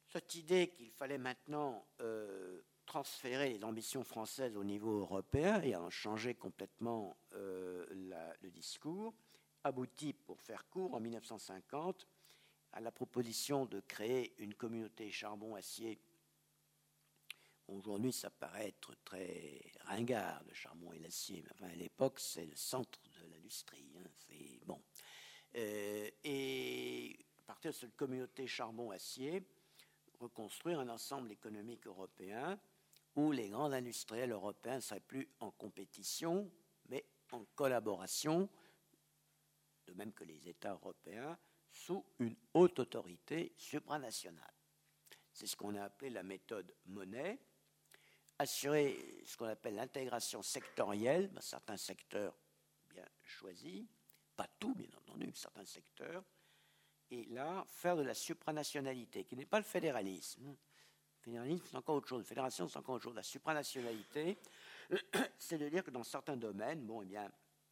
Cette idée qu'il fallait maintenant euh, transférer les ambitions françaises au niveau européen et en changer complètement euh, la, le discours aboutit, pour faire court, en mille neuf cent cinquante à la proposition de créer une communauté charbon-acier. Aujourd'hui, ça paraît être très ringard, le charbon et l'acier, mais enfin, à l'époque, c'est le centre de l'industrie. Hein, c'est bon. Euh, et à partir de cette communauté charbon-acier, reconstruire un ensemble économique européen où les grands industriels européens ne seraient plus en compétition, mais en collaboration, de même que les États européens, sous une haute autorité supranationale. C'est ce qu'on a appelé la méthode Monnet. Assurer ce qu'on appelle l'intégration sectorielle dans certains secteurs bien choisis, pas tout bien entendu, certains secteurs, et là, faire de la supranationalité, qui n'est pas le fédéralisme. Le fédéralisme, c'est encore autre chose. La fédération, c'est encore autre chose. La supranationalité, c'est de dire que dans certains domaines, bon, eh bien,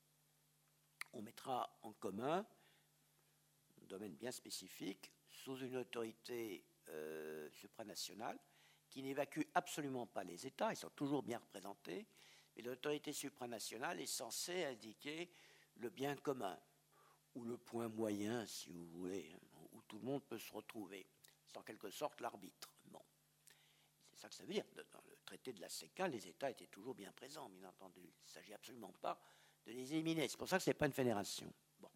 on mettra en commun un domaine bien spécifique sous une autorité euh, supranationale qui n'évacue absolument pas les États, ils sont toujours bien représentés, mais l'autorité supranationale est censée indiquer le bien commun, ou le point moyen, si vous voulez, où tout le monde peut se retrouver. C'est en quelque sorte l'arbitre. Bon. C'est ça que ça veut dire. Dans le traité de la C E C A, les États étaient toujours bien présents, bien entendu. Il ne s'agit absolument pas de les éliminer. C'est pour ça que ce n'est pas une fédération. Bon.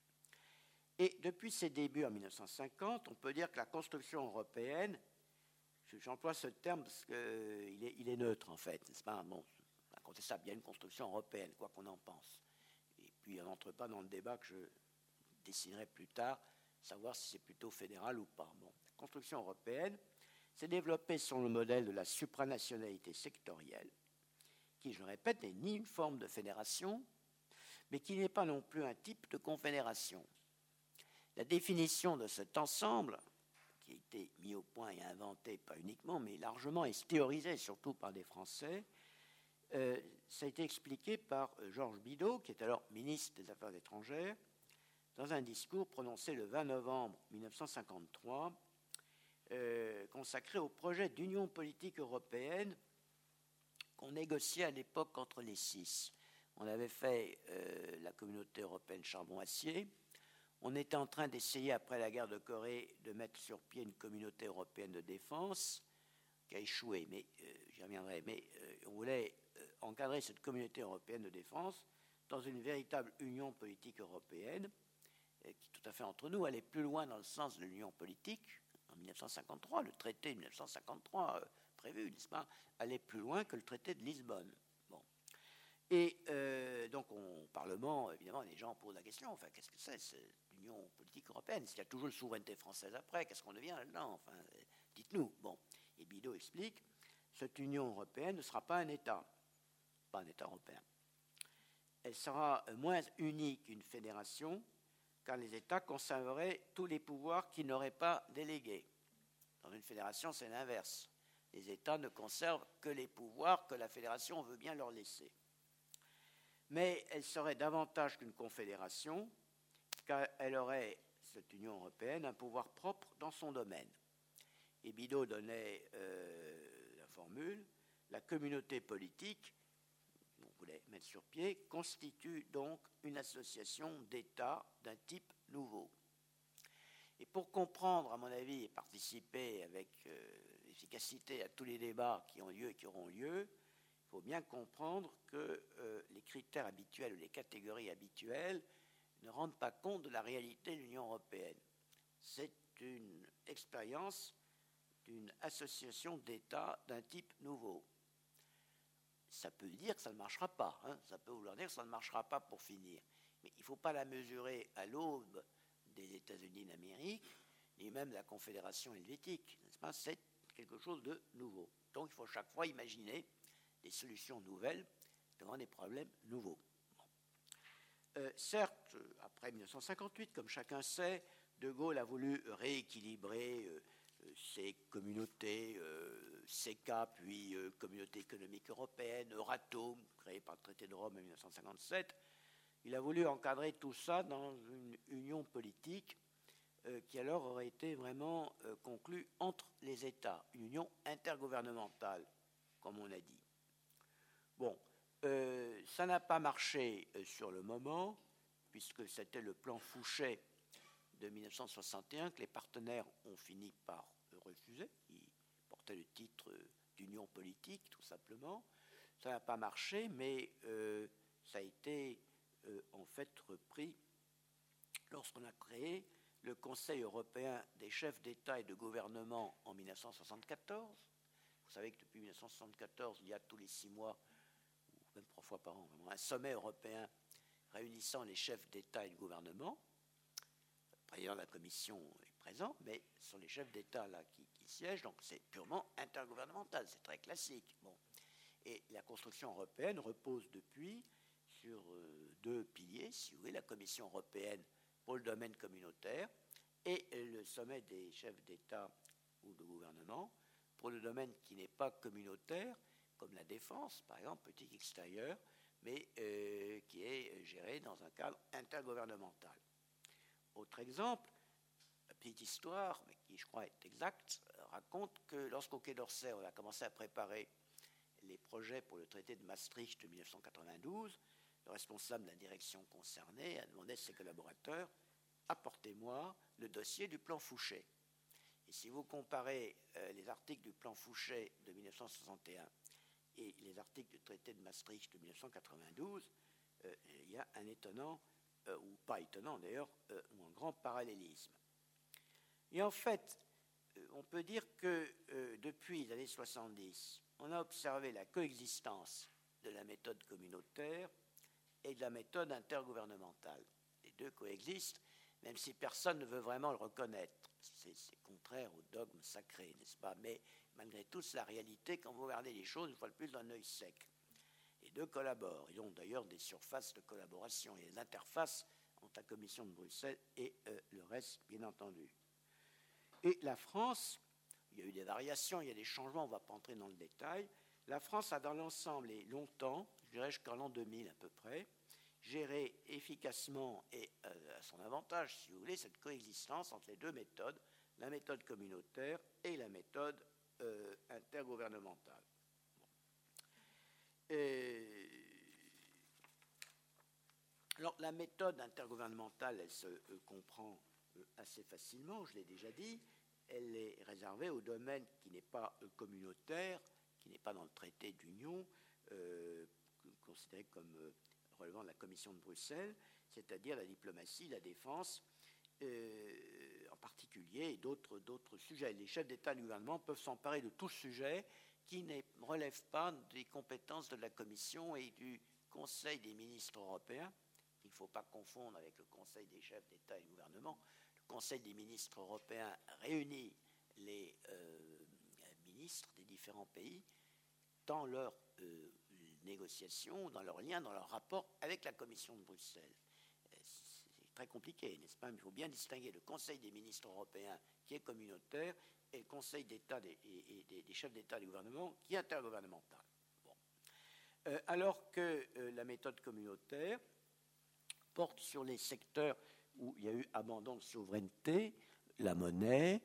Et depuis ses débuts en mille neuf cent cinquante, on peut dire que la construction européenne, j'emploie ce terme parce qu'il est, il est neutre en fait, n'est-ce pas? Bon, incontestable, il y a une construction européenne, quoi qu'on en pense. Et puis on n'entre pas dans le débat que je dessinerai plus tard, savoir si c'est plutôt fédéral ou pas. Bon, la construction européenne s'est développée sur le modèle de la supranationalité sectorielle, qui, je le répète, n'est ni une forme de fédération, mais qui n'est pas non plus un type de confédération. La définition de cet ensemble, qui a été mis au point et inventé, pas uniquement, mais largement, et théorisé surtout par des Français, euh, ça a été expliqué par Georges Bidault, qui est alors ministre des Affaires étrangères, dans un discours prononcé le vingt novembre mille neuf cent cinquante-trois, euh, consacré au projet d'union politique européenne qu'on négociait à l'époque entre les six. On avait fait euh, la communauté européenne charbon-acier. On était en train d'essayer, après la guerre de Corée, de mettre sur pied une communauté européenne de défense qui a échoué, mais euh, j'y reviendrai. Mais euh, on voulait euh, encadrer cette communauté européenne de défense dans une véritable union politique européenne euh, qui, tout à fait entre nous, allait plus loin dans le sens de l'union politique. En mille neuf cent cinquante-trois, le traité de mille neuf cent cinquante-trois euh, prévu, n'est-ce pas, allait plus loin que le traité de Lisbonne. Bon. Et euh, donc, au Parlement, évidemment, les gens posent la question, enfin, qu'est-ce que c'est, c'est l'Union politique européenne? S'il y a toujours une souveraineté française après, qu'est-ce qu'on devient là-dedans? Enfin, dites-nous. Bon. Et Bidault explique, cette Union européenne ne sera pas un État, pas un État européen. Elle sera moins unie qu'une fédération, car les États conserveraient tous les pouvoirs qu'ils n'auraient pas délégués. Dans une fédération, c'est l'inverse. Les États ne conservent que les pouvoirs que la fédération veut bien leur laisser. Mais elle serait davantage qu'une confédération, car elle aurait, cette Union européenne, un pouvoir propre dans son domaine. Et Bidault donnait euh, la formule, la communauté politique, on voulait mettre sur pied, constitue donc une association d'États d'un type nouveau. Et pour comprendre, à mon avis, et participer avec euh, efficacité à tous les débats qui ont lieu et qui auront lieu, il faut bien comprendre que euh, les critères habituels ou les catégories habituelles ne rendent pas compte de la réalité de l'Union européenne. C'est une expérience d'une association d'États d'un type nouveau. Ça peut dire que ça ne marchera pas, hein, ça peut vouloir dire que ça ne marchera pas pour finir. Mais il ne faut pas la mesurer à l'aube des États-Unis d'Amérique, ni même de la Confédération helvétique, n'est-ce pas? C'est quelque chose de nouveau. Donc il faut chaque fois imaginer des solutions nouvelles devant des problèmes nouveaux. Bon. Euh, certes, après mille neuf cent cinquante-huit, comme chacun sait, De Gaulle a voulu rééquilibrer euh, ces communautés, euh, C E C A, puis euh, Communauté économique européenne, Euratom, créé par le traité de Rome en mille neuf cent cinquante-sept. Il a voulu encadrer tout ça dans une union politique euh, qui alors aurait été vraiment euh, conclue entre les États, une union intergouvernementale, comme on a dit. Bon, euh, ça n'a pas marché euh, sur le moment, puisque c'était le plan Fouchet de mille neuf cent soixante et un que les partenaires ont fini par euh, refuser. Il portait le titre euh, d'union politique, tout simplement. Ça n'a pas marché, mais euh, ça a été euh, en fait repris lorsqu'on a créé le Conseil européen des chefs d'État et de gouvernement en mille neuf cent soixante-quatorze. Vous savez que depuis mille neuf cent soixante-quatorze, il y a tous les six mois, ou même trois fois par an, un sommet européen réunissant les chefs d'État et de gouvernement. Le président de la Commission est présent, mais ce sont les chefs d'État là qui, qui siègent, donc c'est purement intergouvernemental, c'est très classique. Bon. Et la construction européenne repose depuis sur euh, deux piliers, si vous voulez, la Commission européenne pour le domaine communautaire et le sommet des chefs d'État ou de gouvernement pour le domaine qui n'est pas communautaire, comme la défense, par exemple, politique extérieure, mais euh, qui est géré dans un cadre intergouvernemental. Autre exemple, la petite histoire, mais qui je crois est exacte, raconte que lorsqu'au Quai d'Orsay, on a commencé à préparer les projets pour le traité de Maastricht de mille neuf cent quatre-vingt-douze, le responsable de la direction concernée a demandé à ses collaborateurs « Apportez-moi le dossier du plan Fouchet ». Et si vous comparez euh, les articles du plan Fouchet de mille neuf cent soixante et un et les articles du traité de Maastricht de mille neuf cent quatre-vingt-douze, euh, il y a un étonnant, euh, ou pas étonnant d'ailleurs, euh, ou un grand parallélisme. Et en fait, euh, on peut dire que euh, depuis les années soixante-dix, on a observé la coexistence de la méthode communautaire et de la méthode intergouvernementale. Les deux coexistent, même si personne ne veut vraiment le reconnaître. C'est, c'est contraire au dogme sacré, n'est-ce pas? Mais malgré tout, c'est la réalité quand vous regardez les choses, une fois de plus, d'un œil sec. Les deux collaborent. Ils ont d'ailleurs des surfaces de collaboration et des interfaces entre la Commission de Bruxelles et euh, le reste, bien entendu. Et la France, il y a eu des variations, il y a des changements, on ne va pas entrer dans le détail. La France a dans l'ensemble et longtemps, je dirais jusqu'en l'an deux mille à peu près, géré efficacement et euh, à son avantage, si vous voulez, cette coexistence entre les deux méthodes, la méthode communautaire et la méthode euh, intergouvernementale. Bon. Et... Alors, la méthode intergouvernementale, elle se euh, comprend euh, assez facilement, je l'ai déjà dit. Elle est réservée au domaine qui n'est pas euh, communautaire, qui n'est pas dans le traité d'union, euh, considéré comme euh, relevant de la Commission de Bruxelles, c'est-à-dire la diplomatie, la défense, euh, en particulier, et d'autres, d'autres sujets. Les chefs d'État et de gouvernement peuvent s'emparer de tout sujet qui ne relève pas des compétences de la Commission et du Conseil des ministres européens. Il ne faut pas confondre avec le Conseil des chefs d'État et de gouvernement. Le Conseil des ministres européens réunit les euh, ministres des différents pays dans leurs euh, négociations, dans leurs liens, dans leurs rapports avec la Commission de Bruxelles. C'est très compliqué, n'est-ce pas? Il faut bien distinguer le Conseil des ministres européens qui est communautaire et le Conseil d'État des, et, et des, des chefs d'État et de gouvernement qui est intergouvernemental. Bon. Euh, alors que euh, la méthode communautaire porte sur les secteurs où il y a eu abandon de souveraineté, la monnaie,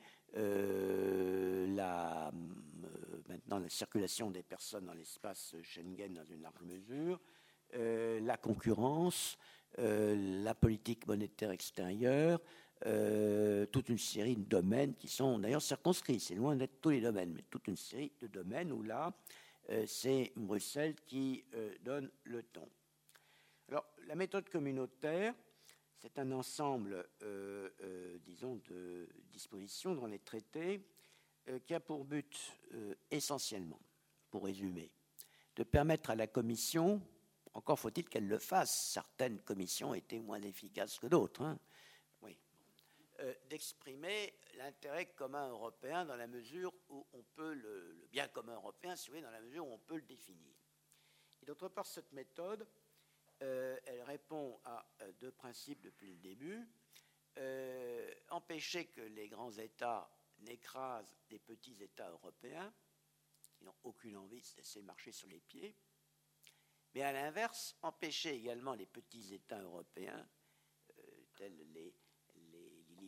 euh, la, euh, maintenant la circulation des personnes dans l'espace Schengen dans une large mesure, euh, la concurrence, euh, la politique monétaire extérieure, euh, toute une série de domaines qui sont d'ailleurs circonscrits. C'est loin d'être tous les domaines, mais toute une série de domaines où là, euh, c'est Bruxelles qui euh, donne le ton. Alors, la méthode communautaire, c'est un ensemble, euh, euh, disons, de dispositions dans les traités euh, qui a pour but, euh, essentiellement, pour résumer, de permettre à la Commission, encore faut-il qu'elle le fasse, certaines commissions étaient moins efficaces que d'autres, hein, oui, euh, d'exprimer l'intérêt commun européen dans la mesure où on peut, le, le bien commun européen, si vous voulez, dans la mesure où on peut le définir. Et d'autre part, cette méthode, Euh, elle répond à euh, deux principes depuis le début. Euh, empêcher que les grands États n'écrasent les petits États européens, qui n'ont aucune envie de se laisser marcher sur les pieds. Mais à l'inverse, empêcher également les petits États européens, euh, tels les, les Lilliputiens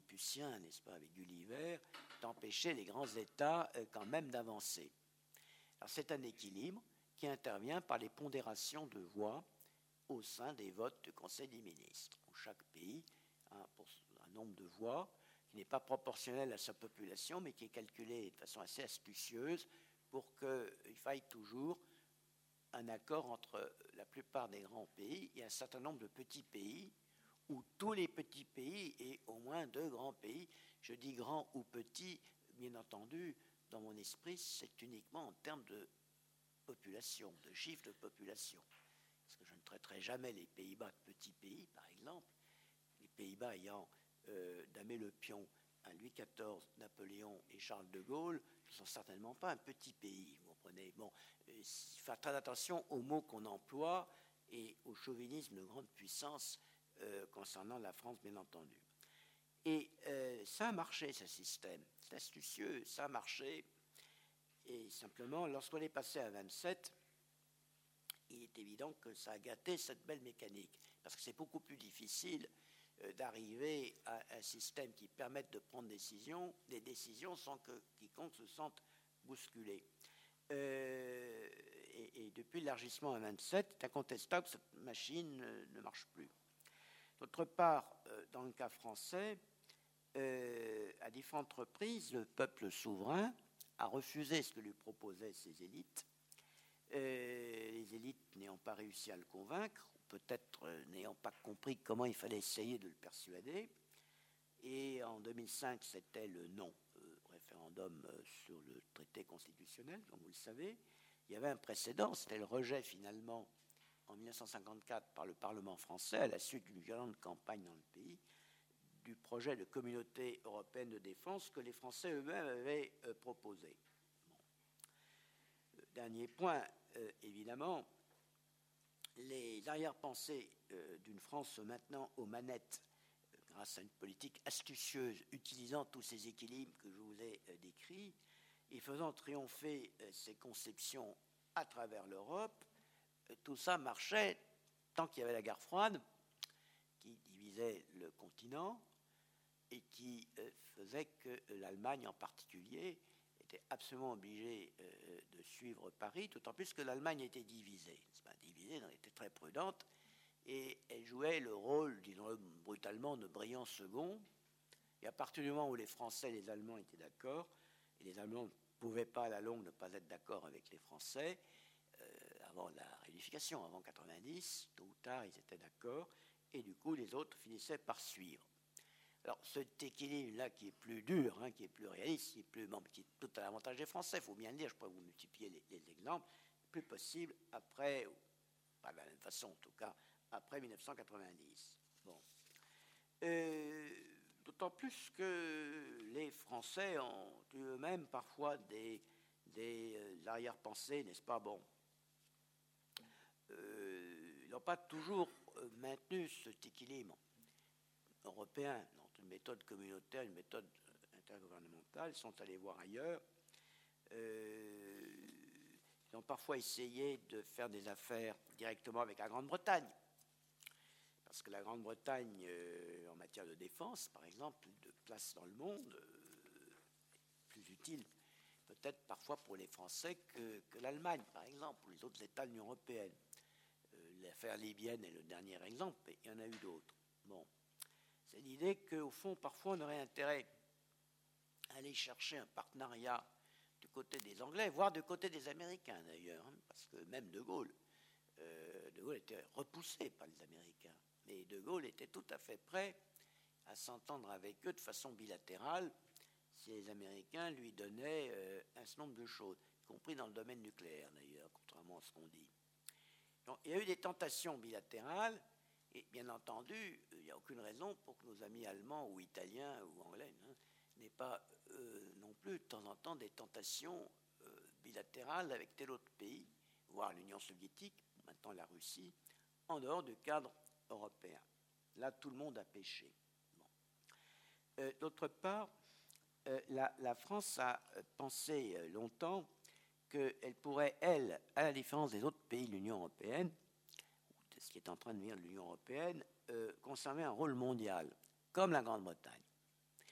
lilliputien, n'est-ce pas, avec Gulliver, d'empêcher les grands États euh, quand même d'avancer. Alors c'est un équilibre qui intervient par les pondérations de voix au sein des votes du Conseil des ministres, où chaque pays a un nombre de voix qui n'est pas proportionnel à sa population, mais qui est calculé de façon assez astucieuse pour qu'il faille toujours un accord entre la plupart des grands pays et un certain nombre de petits pays, où tous les petits pays et au moins deux grands pays, je dis grands ou petits, bien entendu, dans mon esprit, c'est uniquement en termes de population, de chiffre de population. Parce que je ne traiterai jamais les Pays-Bas de petits pays, par exemple, les Pays-Bas ayant euh, Damé le Pion, un Louis quatorze, Napoléon et Charles de Gaulle, ne sont certainement pas un petit pays, vous comprenez. Bon, il faut faire très attention aux mots qu'on emploie et au chauvinisme de grande puissance euh, concernant la France, bien entendu. Et euh, ça a marché, ce système. C'est astucieux, ça a marché. Et simplement, lorsqu'on est passé à vingt-sept, il est évident que ça a gâté cette belle mécanique, parce que c'est beaucoup plus difficile euh, d'arriver à un système qui permette de prendre décision, des décisions sans que quiconque se sente bousculé. Euh, et, et depuis l'élargissement à vingt-sept, c'est incontestable que cette machine euh, ne marche plus. D'autre part, euh, dans le cas français, euh, à différentes reprises, le peuple souverain a refusé ce que lui proposaient ses élites. Euh, les élites n'ayant pas réussi à le convaincre, ou peut-être euh, n'ayant pas compris comment il fallait essayer de le persuader. Et en deux mille cinq, c'était le non, euh, référendum euh, sur le traité constitutionnel, comme vous le savez. Il y avait un précédent, c'était le rejet finalement en mille neuf cent cinquante-quatre par le Parlement français, à la suite d'une violente campagne dans le pays, du projet de communauté européenne de défense que les Français eux-mêmes avaient euh, proposé. Bon. Dernier point, euh, évidemment, les arrière-pensées euh, d'une France maintenant aux manettes, euh, grâce à une politique astucieuse, utilisant tous ces équilibres que je vous ai euh, décrits, et faisant triompher euh, ces conceptions à travers l'Europe, euh, tout ça marchait tant qu'il y avait la guerre froide, qui divisait le continent, et qui euh, faisait que l'Allemagne en particulier était absolument obligée euh, de suivre Paris, d'autant plus que l'Allemagne était divisée. C'est pas divisée, elle était très prudente, et elle jouait le rôle, disons-le brutalement, de brillant second. Et à partir du moment où les Français et les Allemands étaient d'accord, et les Allemands ne pouvaient pas à la longue ne pas être d'accord avec les Français, euh, avant la réunification, avant quatre-vingt-dix, tôt ou tard, ils étaient d'accord, et du coup, les autres finissaient par suivre. Alors, cet équilibre-là qui est plus dur, hein, qui est plus réaliste, qui est, plus, bon, qui est tout à l'avantage des Français, il faut bien le dire, je pourrais vous multiplier les, les exemples, plus possible après, ou pas de la même façon en tout cas, après mille neuf cent quatre-vingt-dix. Bon. Euh, d'autant plus que les Français ont eux-mêmes parfois des, des euh, arrière-pensées, n'est-ce pas? Bon. Euh, ils n'ont pas toujours euh, maintenu cet équilibre européen, une méthode communautaire, une méthode intergouvernementale, ils sont allés voir ailleurs. Euh, ils ont parfois essayé de faire des affaires directement avec la Grande-Bretagne, parce que la Grande-Bretagne, euh, en matière de défense, par exemple, de place dans le monde, euh, plus utile peut-être parfois pour les Français que, que l'Allemagne, par exemple, ou les autres États de l'Union européenne. Euh, l'affaire libyenne est le dernier exemple, mais il y en a eu d'autres. Bon. C'est l'idée qu'au fond, parfois, on aurait intérêt à aller chercher un partenariat du côté des Anglais, voire du côté des Américains d'ailleurs, hein, parce que même De Gaulle, euh, De Gaulle était repoussé par les Américains, mais De Gaulle était tout à fait prêt à s'entendre avec eux de façon bilatérale si les Américains lui donnaient euh, un certain nombre de choses, y compris dans le domaine nucléaire d'ailleurs, contrairement à ce qu'on dit. Donc, il y a eu des tentations bilatérales. Et bien entendu, il n'y a aucune raison pour que nos amis allemands ou italiens ou anglais hein, n'aient pas euh, non plus de temps en temps des tentations euh, bilatérales avec tel autre pays, voire l'Union soviétique, maintenant la Russie, en dehors du cadre européen. Là, tout le monde a péché. Bon. Euh, d'autre part, euh, la, la France a pensé longtemps qu'elle pourrait, elle, à la différence des autres pays de l'Union européenne, ce qui est en train de devenir l'Union européenne, euh, conserver un rôle mondial, comme la Grande-Bretagne.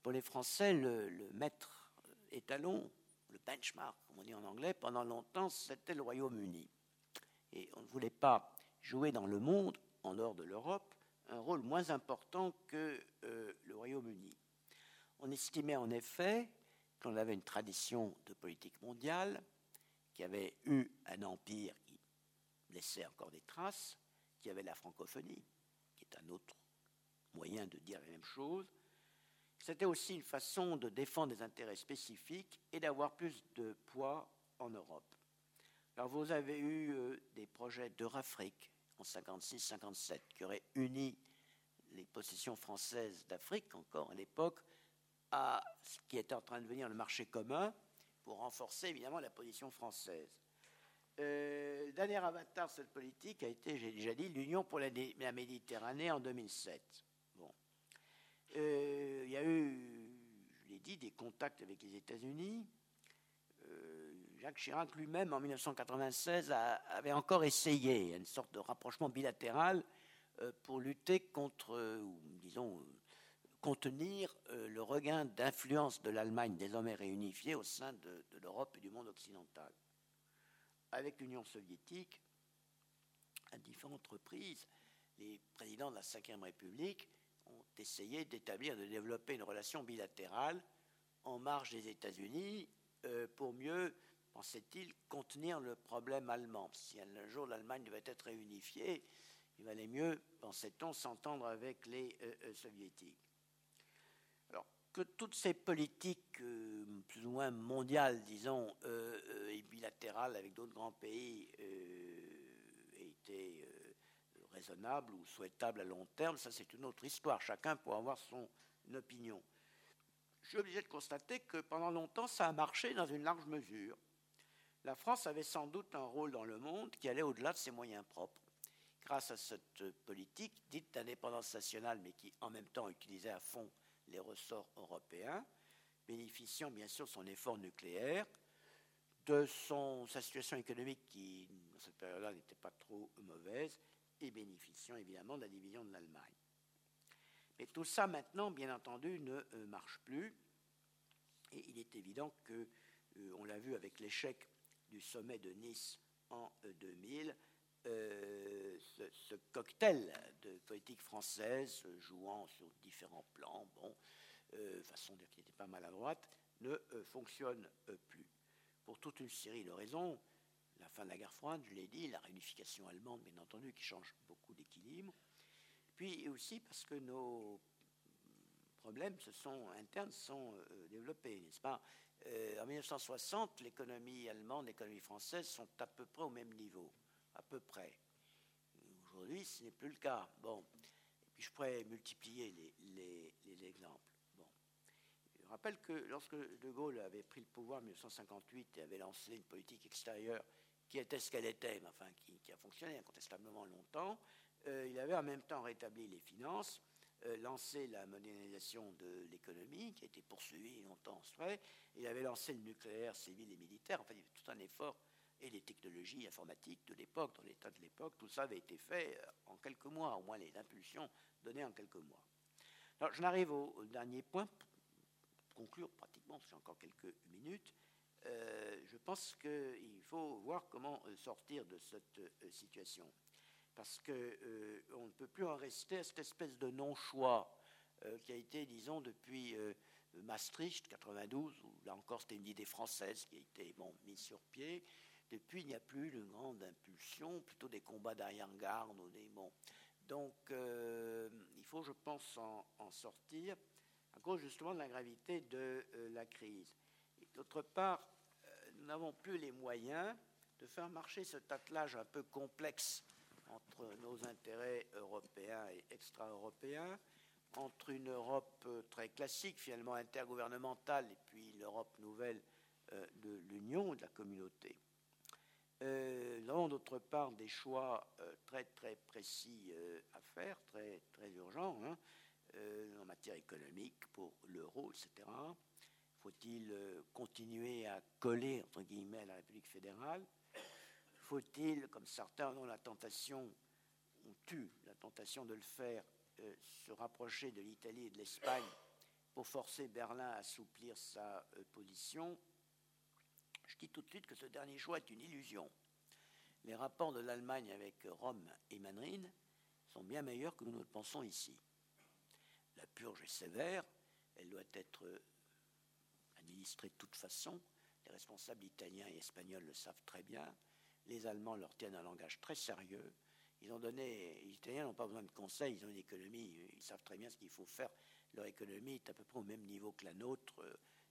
Pour les Français, le, le maître étalon, le benchmark, comme on dit en anglais, pendant longtemps, c'était le Royaume-Uni. Et on ne voulait pas jouer dans le monde, en dehors de l'Europe, un rôle moins important que euh, le Royaume-Uni. On estimait en effet qu'on avait une tradition de politique mondiale, qui avait eu un empire qui laissait encore des traces, qui avait la francophonie, qui est un autre moyen de dire la même chose. C'était aussi une façon de défendre des intérêts spécifiques et d'avoir plus de poids en Europe. Alors vous avez eu euh, des projets d'Eurafrique en cinquante-six cinquante-sept qui auraient uni les possessions françaises d'Afrique, encore à l'époque, à ce qui était en train de devenir le marché commun pour renforcer évidemment la position française. Euh, le dernier avatar de cette politique a été, j'ai déjà dit, l'Union pour la, la Méditerranée en deux mille sept. Bon. Euh, il y a eu, je l'ai dit, des contacts avec les États-Unis. Euh, Jacques Chirac lui-même, en mille neuf cent quatre-vingt-seize, a, avait encore essayé une sorte de rapprochement bilatéral euh, pour lutter contre, euh, ou disons, euh, contenir euh, le regain d'influence de l'Allemagne désormais réunifiée au sein de, de l'Europe et du monde occidental. Avec l'Union soviétique, à différentes reprises, les présidents de la cinquième République ont essayé d'établir, de développer une relation bilatérale en marge des États-Unis euh, pour mieux, pensait-il, contenir le problème allemand. Si un jour l'Allemagne devait être réunifiée, il valait mieux, pensait-on, s'entendre avec les euh, euh, soviétiques. Alors, que toutes ces politiques euh, plus ou moins mondiales, disons, euh, euh, et bilatérales avec d'autres grands pays euh, étaient euh, raisonnables ou souhaitables à long terme, ça c'est une autre histoire. Chacun peut avoir son opinion. Je suis obligé de constater que pendant longtemps, ça a marché dans une large mesure. La France avait sans doute un rôle dans le monde qui allait au-delà de ses moyens propres. Grâce à cette politique dite d'indépendance nationale, mais qui en même temps utilisait à fond les ressorts européens, bénéficiant bien sûr de son effort nucléaire, de son, sa situation économique qui, dans cette période-là, n'était pas trop mauvaise, et bénéficiant évidemment de la division de l'Allemagne. Mais tout ça, maintenant, bien entendu, ne euh, marche plus. Et il est évident que, euh, on l'a vu avec l'échec du sommet de Nice en euh, deux mille, euh, ce, ce cocktail de politique française euh, jouant sur différents plans, bon, euh, façon de dire qu'il n'était pas maladroite, ne euh, fonctionne euh, plus. Pour toute une série de raisons, la fin de la guerre froide, je l'ai dit, la réunification allemande, bien entendu, qui change beaucoup d'équilibre, puis aussi parce que nos problèmes se sont, internes sont euh, développés, n'est-ce pas? euh, En mille neuf cent soixante, l'économie allemande, l'économie française sont à peu près au même niveau, à peu près. Aujourd'hui, ce n'est plus le cas. Bon, et puis je pourrais multiplier les, les, les exemples. Bon, je rappelle que lorsque De Gaulle avait pris le pouvoir en mille neuf cent cinquante-huit et avait lancé une politique extérieure qui était ce qu'elle était, mais enfin qui, qui a fonctionné incontestablement longtemps, euh, il avait en même temps rétabli les finances, euh, lancé la modernisation de l'économie, qui a été poursuivie longtemps en vrai. Il avait lancé le nucléaire civil et militaire. Enfin, il y avait tout un effort, et les technologies informatiques de l'époque, dans l'état de l'époque, tout ça avait été fait en quelques mois, au moins les impulsions données en quelques mois. Alors, j'en arrive au, au dernier point, pour conclure pratiquement, parce que j'ai encore quelques minutes. Euh, je pense qu'il faut voir comment sortir de cette euh, situation. Parce qu'on euh, ne peut plus en rester à cette espèce de non-choix euh, qui a été, disons, depuis euh, Maastricht, quatre-vingt-douze, où là encore c'était une idée française qui a été bon, mise sur pied. Depuis, il n'y a plus de grande impulsion, plutôt des combats d'arrière-garde. Ou des, bon. Donc, euh, il faut, je pense, en, en sortir à cause justement de la gravité de euh, la crise. Et d'autre part, euh, nous n'avons plus les moyens de faire marcher cet attelage un peu complexe entre nos intérêts européens et extra-européens, entre une Europe très classique, finalement intergouvernementale, et puis l'Europe nouvelle euh, de l'Union, de la communauté. Euh, nous avons d'autre part des choix euh, très très précis euh, à faire, très, très urgents, hein, euh, en matière économique, pour l'euro, et cetera. Faut-il euh, continuer à coller, entre guillemets, à la République fédérale? Faut-il, comme certains ont la tentation, ont eu la tentation de le faire, euh, se rapprocher de l'Italie et de l'Espagne pour forcer Berlin à assouplir sa euh, position. Je dis tout de suite que ce dernier choix est une illusion. Les rapports de l'Allemagne avec Rome et Madrid sont bien meilleurs que nous ne le pensons ici. La purge est sévère, elle doit être administrée de toute façon. Les responsables italiens et espagnols le savent très bien. Les Allemands leur tiennent un langage très sérieux. Ils ont donné, les Italiens n'ont pas besoin de conseils, ils ont une économie, ils savent très bien ce qu'il faut faire. Leur économie est à peu près au même niveau que la nôtre.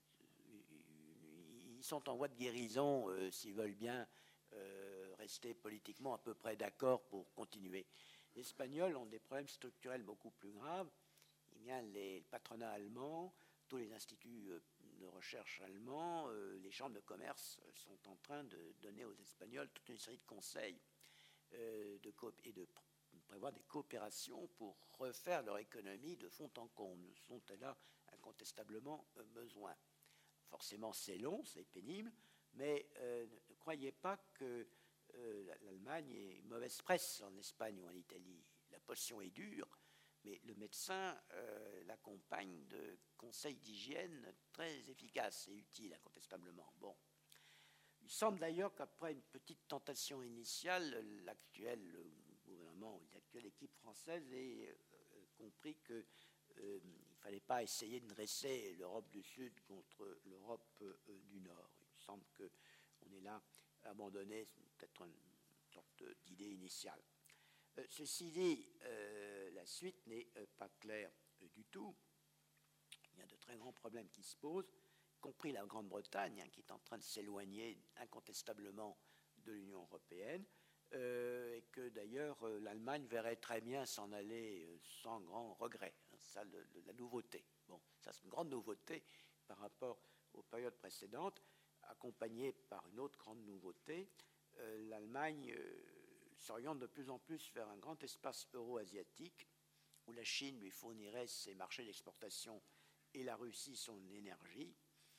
Ils sont en voie de guérison euh, s'ils veulent bien euh, rester politiquement à peu près d'accord pour continuer. Les Espagnols ont des problèmes structurels beaucoup plus graves. Eh bien, les patronats allemands, tous les instituts de recherche allemands, euh, les chambres de commerce sont en train de donner aux Espagnols toute une série de conseils euh, de et de prévoir des coopérations pour refaire leur économie de fond en comble. Sont là incontestablement euh, besoin. Forcément, c'est long, c'est pénible, mais euh, ne croyez pas que euh, l'Allemagne est mauvaise presse en Espagne ou en Italie. La potion est dure, mais le médecin euh, l'accompagne de conseils d'hygiène très efficaces et utiles, incontestablement. Bon. Il semble d'ailleurs qu'après une petite tentation initiale, l'actuel gouvernement, l'actuelle équipe française ait euh, compris que Euh, il ne fallait pas essayer de dresser l'Europe du Sud contre l'Europe euh, du Nord. Il me semble qu'on est là abandonné, c'est peut-être une sorte d'idée initiale. Euh, ceci dit, euh, la suite n'est euh, pas claire euh, du tout. Il y a de très grands problèmes qui se posent, y compris la Grande-Bretagne, hein, qui est en train de s'éloigner incontestablement de l'Union européenne. Euh, et que d'ailleurs euh, l'Allemagne verrait très bien s'en aller euh, sans grand regret. Hein, ça, le, le, la nouveauté. Bon, ça c'est une grande nouveauté par rapport aux périodes précédentes, accompagnée par une autre grande nouveauté. Euh, L'Allemagne euh, s'oriente de plus en plus vers un grand espace euro-asiatique où la Chine lui fournirait ses marchés d'exportation et la Russie son énergie.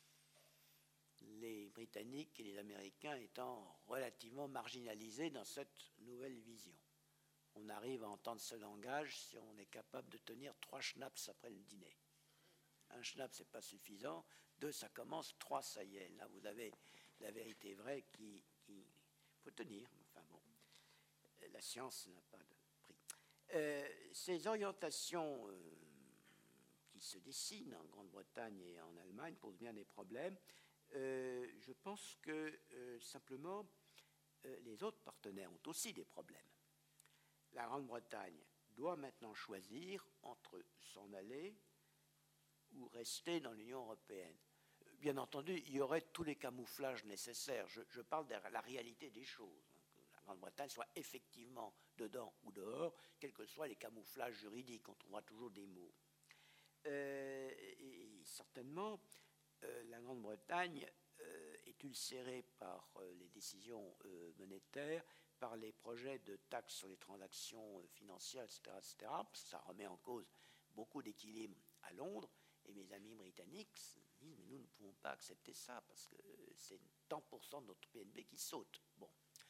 Les Britanniques et les Américains étant relativement marginalisés dans cette nouvelle vision. On arrive à entendre ce langage si on est capable de tenir trois schnapps après le dîner. Un schnapp, c'est pas suffisant. Deux, ça commence. Trois, ça y est. Là, vous avez la vérité vraie qui, qui faut tenir. Enfin bon, la science n'a pas de prix. Euh, ces orientations euh, qui se dessinent en Grande-Bretagne et en Allemagne posent bien des problèmes. Euh, je pense que euh, simplement euh, les autres partenaires ont aussi des problèmes. La Grande-Bretagne doit maintenant choisir entre s'en aller ou rester dans l'Union européenne. Bien entendu, il y aurait tous les camouflages nécessaires. Je, je parle de la réalité des choses. Hein, que la Grande-Bretagne soit effectivement dedans ou dehors, quels que soient les camouflages juridiques, on trouvera toujours des mots. Euh, et, et certainement, Euh, la Grande-Bretagne euh, est ulcérée par euh, les décisions euh, monétaires, par les projets de taxes sur les transactions euh, financières, et cetera, et cetera. Ça remet en cause beaucoup d'équilibre à Londres. Et mes amis britanniques disent, mais nous ne pouvons pas accepter ça, parce que c'est tant pour cent de notre P N B qui saute. Bon.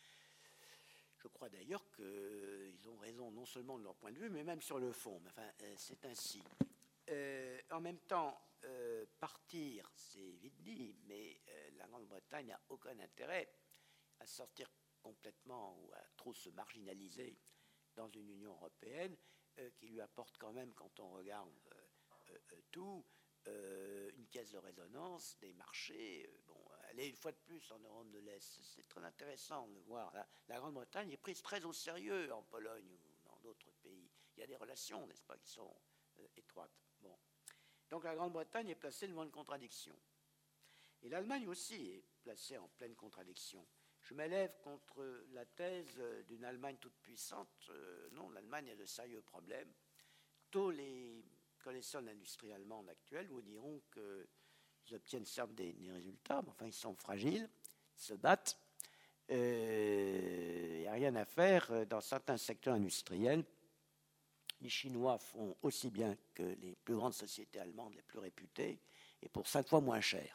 Je crois d'ailleurs qu'ils ont raison, non seulement de leur point de vue, mais même sur le fond. Mais enfin, euh, c'est ainsi. Euh, en même temps, euh, partir, c'est vite dit, mais euh, la Grande-Bretagne n'a aucun intérêt à sortir complètement ou à trop se marginaliser dans une Union européenne euh, qui lui apporte quand même, quand on regarde euh, euh, tout, euh, une caisse de résonance, des marchés. Euh, bon, aller une fois de plus en Europe de l'Est, c'est très intéressant de voir. La, la Grande-Bretagne est prise très au sérieux en Pologne ou dans d'autres pays. Il y a des relations, n'est-ce pas, qui sont euh, étroites. Bon. Donc la Grande-Bretagne est placée devant une contradiction. Et l'Allemagne aussi est placée en pleine contradiction. Je m'élève contre la thèse d'une Allemagne toute puissante. Euh, non, l'Allemagne a de sérieux problèmes. Tous les connaisseurs de l'industrie allemande actuelle vous diront qu'ils obtiennent certes des, des résultats, mais enfin ils sont fragiles, ils se battent. Il euh, n'y a rien à faire dans certains secteurs industriels. Les Chinois font aussi bien que les plus grandes sociétés allemandes, les plus réputées, et pour cinq fois moins cher.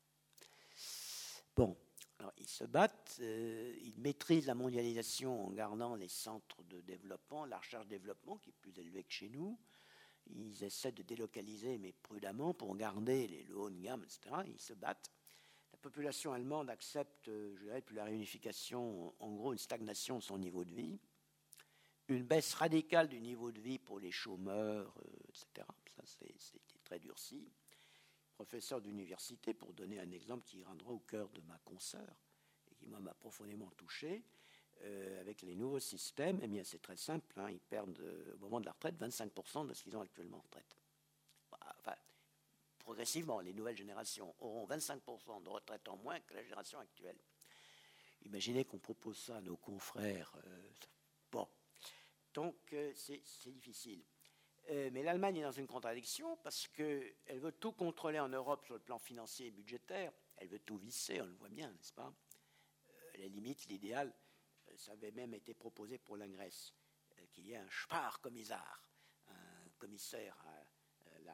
Bon, alors ils se battent, euh, ils maîtrisent la mondialisation en gardant les centres de développement, la recherche-développement qui est plus élevée que chez nous. Ils essaient de délocaliser, mais prudemment, pour garder les, le haut de gamme, et cetera. Ils se battent. La population allemande accepte, je dirais, depuis la réunification, en gros, une stagnation de son niveau de vie, une baisse radicale du niveau de vie pour les chômeurs, euh, et cetera. Ça, c'était très durci. Professeur d'université, pour donner un exemple qui ira droit au cœur de ma consoeur, et qui, moi, m'a profondément touché, euh, avec les nouveaux systèmes, eh bien, c'est très simple, hein, ils perdent, euh, au moment de la retraite, vingt-cinq pour cent de ce qu'ils ont actuellement en retraite. Enfin, progressivement, les nouvelles générations auront vingt-cinq pour cent de retraite en moins que la génération actuelle. Imaginez qu'on propose ça à nos confrères. Euh, bon, donc euh, c'est difficile. Euh, mais l'Allemagne est dans une contradiction parce qu'elle veut tout contrôler en Europe sur le plan financier et budgétaire. Elle veut tout visser, on le voit bien, n'est-ce pas? euh, La limite, l'idéal, euh, ça avait même été proposé pour la Grèce, euh, qu'il y ait un Sparkommissar, un commissaire à, à la...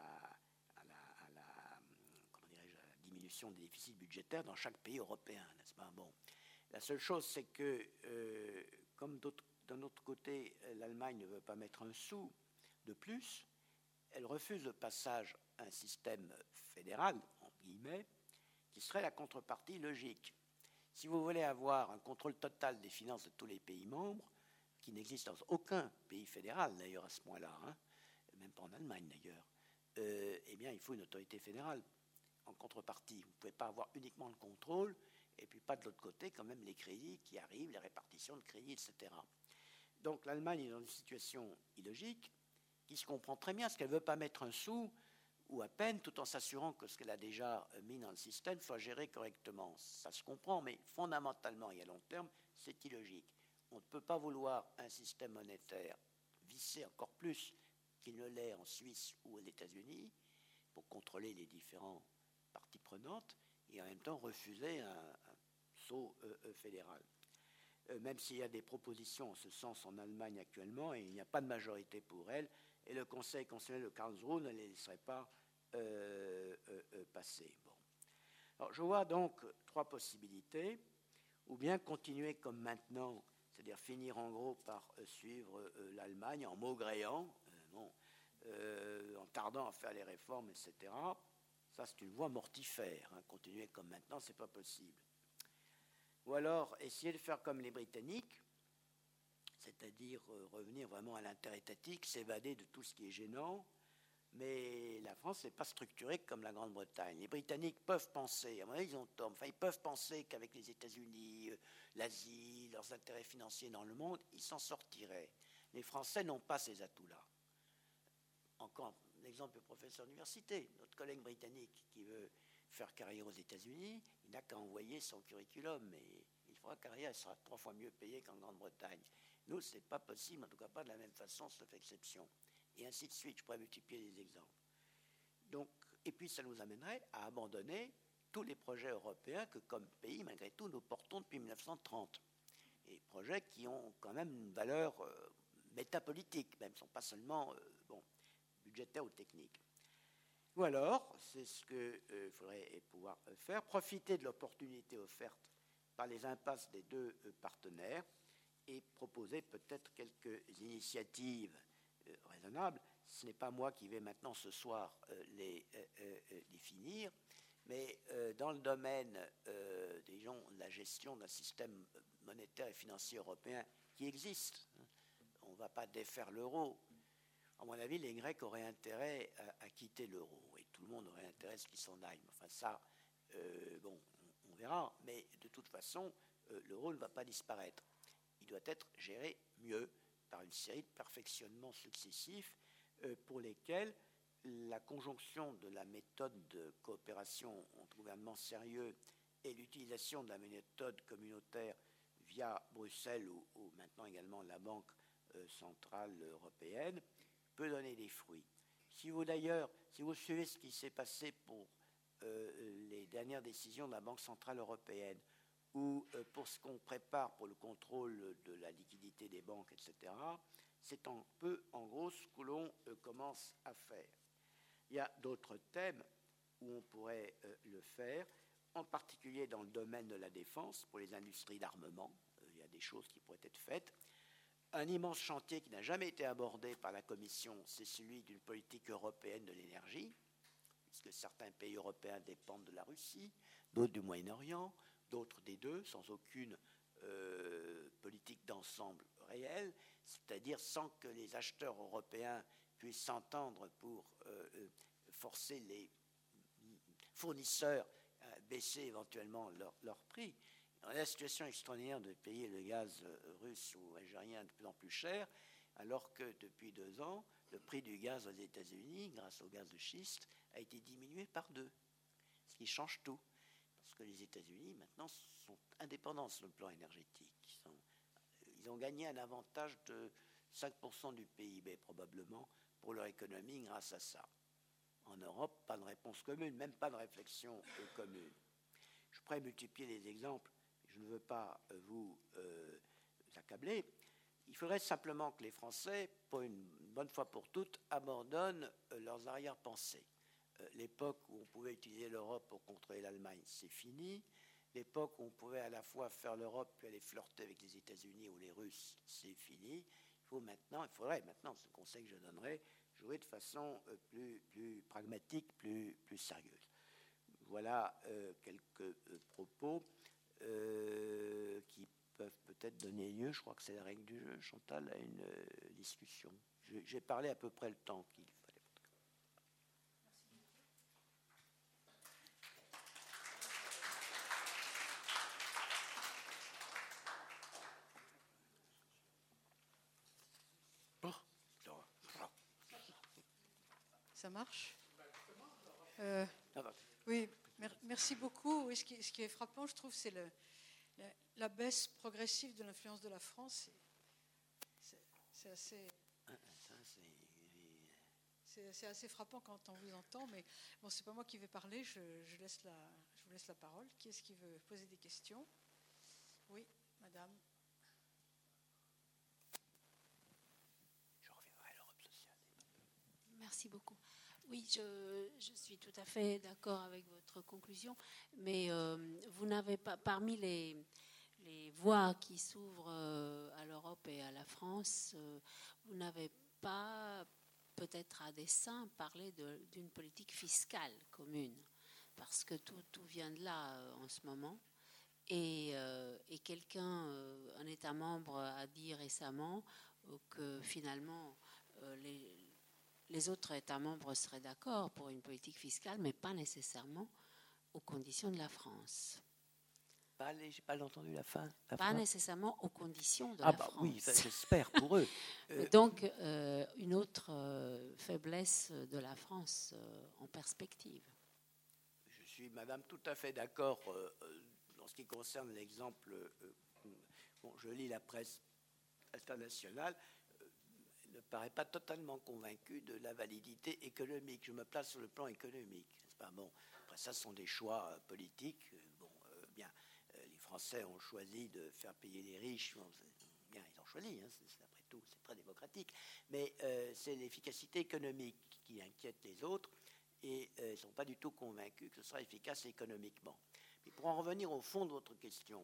diminution des déficits budgétaires dans chaque pays européen, n'est-ce pas? Bon, la seule chose, c'est que, euh, comme d'un autre côté, l'Allemagne ne veut pas mettre un sou de plus, elle refuse le passage à un système fédéral, entre guillemets, qui serait la contrepartie logique. Si vous voulez avoir un contrôle total des finances de tous les pays membres, qui n'existe dans aucun pays fédéral, d'ailleurs, à ce point-là, hein, même pas en Allemagne, d'ailleurs, euh, eh bien, il faut une autorité fédérale en contrepartie. Vous ne pouvez pas avoir uniquement le contrôle et puis pas de l'autre côté quand même les crédits qui arrivent, les répartitions de crédits, et cetera. Donc l'Allemagne est dans une situation illogique qui se comprend très bien, parce qu'elle ne veut pas mettre un sou ou à peine, tout en s'assurant que ce qu'elle a déjà mis dans le système soit géré correctement. Ça se comprend, mais fondamentalement et à long terme, c'est illogique. On ne peut pas vouloir un système monétaire vissé encore plus qu'il ne l'est en Suisse ou aux États-Unis pour contrôler les différents parties prenantes et en même temps refuser un, un saut euh, euh, fédéral. Euh, même s'il y a des propositions en ce sens en Allemagne actuellement, et il n'y a pas de majorité pour elles, et le Conseil constitutionnel de Karlsruhe ne les laisserait pas euh, euh, euh, passer. Bon. Alors, je vois donc trois possibilités, ou bien continuer comme maintenant, c'est-à-dire finir en gros par euh, suivre euh, l'Allemagne en maugréant, euh, bon, euh, en tardant à faire les réformes, et cetera. Ça, c'est une voie mortifère. Hein. Continuer comme maintenant, ce n'est pas possible. Ou alors, essayer de faire comme les Britanniques, c'est-à-dire euh, revenir vraiment à l'interétatique, s'évader de tout ce qui est gênant. Mais la France n'est pas structurée comme la Grande-Bretagne. Les Britanniques peuvent penser, à mon avis, ils ont tort, enfin, ils peuvent penser qu'avec les États-Unis, euh, l'Asie, leurs intérêts financiers dans le monde, ils s'en sortiraient. Les Français n'ont pas ces atouts-là. Encore l'exemple du professeur d'université, notre collègue britannique qui veut faire carrière aux États-Unis, il n'a qu'à envoyer son curriculum, mais il fera carrière, il sera trois fois mieux payé qu'en Grande-Bretagne. Nous, ce n'est pas possible, en tout cas pas de la même façon, sauf exception. Et ainsi de suite, je pourrais multiplier les exemples. Donc, et puis ça nous amènerait à abandonner tous les projets européens que, comme pays, malgré tout, nous portons depuis mille neuf cent trente. Et projets qui ont quand même une valeur euh, métapolitique, même, ne sont pas seulement euh, bon, budgétaires ou techniques. Ou alors, c'est ce qu'il euh, faudrait pouvoir faire, profiter de l'opportunité offerte par les impasses des deux euh, partenaires et proposer peut-être quelques initiatives euh, raisonnables. Ce n'est pas moi qui vais maintenant ce soir euh, les euh, euh, définir, mais euh, dans le domaine euh, disons, de la gestion d'un système monétaire et financier européen qui existe, hein, on ne va pas défaire l'euro. À mon avis, les Grecs auraient intérêt à, à quitter l'euro, et tout le monde aurait intérêt à ce qu'ils s'en aillent. Enfin, ça, euh, bon, on, on verra, mais de toute façon, euh, l'euro ne va pas disparaître. Il doit être géré mieux par une série de perfectionnements successifs euh, pour lesquels la conjonction de la méthode de coopération entre gouvernements sérieux et l'utilisation de la méthode communautaire via Bruxelles ou, ou maintenant également la Banque euh, centrale européenne peut donner des fruits. Si vous d'ailleurs, si vous suivez ce qui s'est passé pour euh, les dernières décisions de la Banque centrale européenne, ou euh, pour ce qu'on prépare pour le contrôle de la liquidité des banques, et cetera, c'est un peu, en gros, ce que l'on euh, commence à faire. Il y a d'autres thèmes où on pourrait euh, le faire, en particulier dans le domaine de la défense, pour les industries d'armement. Euh, il y a des choses qui pourraient être faites. Un immense chantier qui n'a jamais été abordé par la Commission, c'est celui d'une politique européenne de l'énergie, puisque certains pays européens dépendent de la Russie, d'autres du Moyen-Orient, d'autres des deux, sans aucune euh, politique d'ensemble réelle, c'est-à-dire sans que les acheteurs européens puissent s'entendre pour euh, forcer les fournisseurs à baisser éventuellement leur, leur prix. On a la situation extraordinaire de payer le gaz russe ou algérien de plus en plus cher, alors que depuis deux ans, le prix du gaz aux États-Unis, grâce au gaz de schiste, a été diminué par deux, ce qui change tout. Parce que les États-Unis, maintenant, sont indépendants sur le plan énergétique. Ils, sont, ils ont gagné un avantage de cinq pour cent du P I B, probablement, pour leur économie grâce à ça. En Europe, pas de réponse commune, même pas de réflexion commune. Je pourrais multiplier les exemples, mais je ne veux pas vous euh, accabler. Il faudrait simplement que les Français, pour une bonne fois pour toutes, abandonnent euh, leurs arrière-pensées. Euh, l'époque où on pouvait utiliser l'Europe pour contrôler l'Allemagne, c'est fini. L'époque où on pouvait à la fois faire l'Europe puis aller flirter avec les États-Unis ou les Russes, c'est fini. Il faut maintenant, il faudrait maintenant, c'est le conseil que je donnerais, jouer de façon euh, plus, plus pragmatique, plus, plus sérieuse. Voilà euh, quelques euh, propos euh, qui peuvent peut-être donner lieu, je crois que c'est la règle du jeu, Chantal, à une euh, discussion. Je, j'ai parlé à peu près le temps qu'il fallait. Ça marche euh, Oui, mer- merci beaucoup. Oui, ce, qui, ce qui est frappant, je trouve, c'est le, la, la baisse progressive de l'influence de la France. C'est, c'est, assez, c'est, c'est assez frappant quand on vous entend, mais bon, c'est pas moi qui vais parler. Je, je, laisse la, je vous laisse la parole. Qui est-ce qui veut poser des questions? Oui, madame. Merci beaucoup. Oui, je, je suis tout à fait d'accord avec votre conclusion, mais euh, vous n'avez pas, parmi les, les voies qui s'ouvrent euh, à l'Europe et à la France, euh, vous n'avez pas, peut-être à dessein, parlé de, d'une politique fiscale commune, parce que tout, tout vient de là euh, en ce moment. Et, euh, et quelqu'un, euh, un État membre, a dit récemment euh, que finalement, euh, les Les autres États membres seraient d'accord pour une politique fiscale, mais pas nécessairement aux conditions de la France. Pas, j'ai pas entendu la fin. La pas fin. nécessairement aux conditions de ah la bah France. Oui, ça, j'espère pour eux. Euh, Donc, euh, une autre euh, faiblesse de la France euh, en perspective. Je suis, madame, tout à fait d'accord euh, en ce qui concerne l'exemple. Euh, bon, je lis la presse internationale. Ne paraît pas totalement convaincu de la validité économique. Je me place sur le plan économique. C'est pas bon. Après, ça sont des choix euh, politiques. Bon, euh, bien, euh, les Français ont choisi de faire payer les riches. Bon, bien, ils ont choisi. Hein, c'est, c'est, après tout, c'est très démocratique. Mais euh, c'est l'efficacité économique qui inquiète les autres, et euh, ils ne sont pas du tout convaincus que ce sera efficace économiquement. Mais pour en revenir au fond de votre question.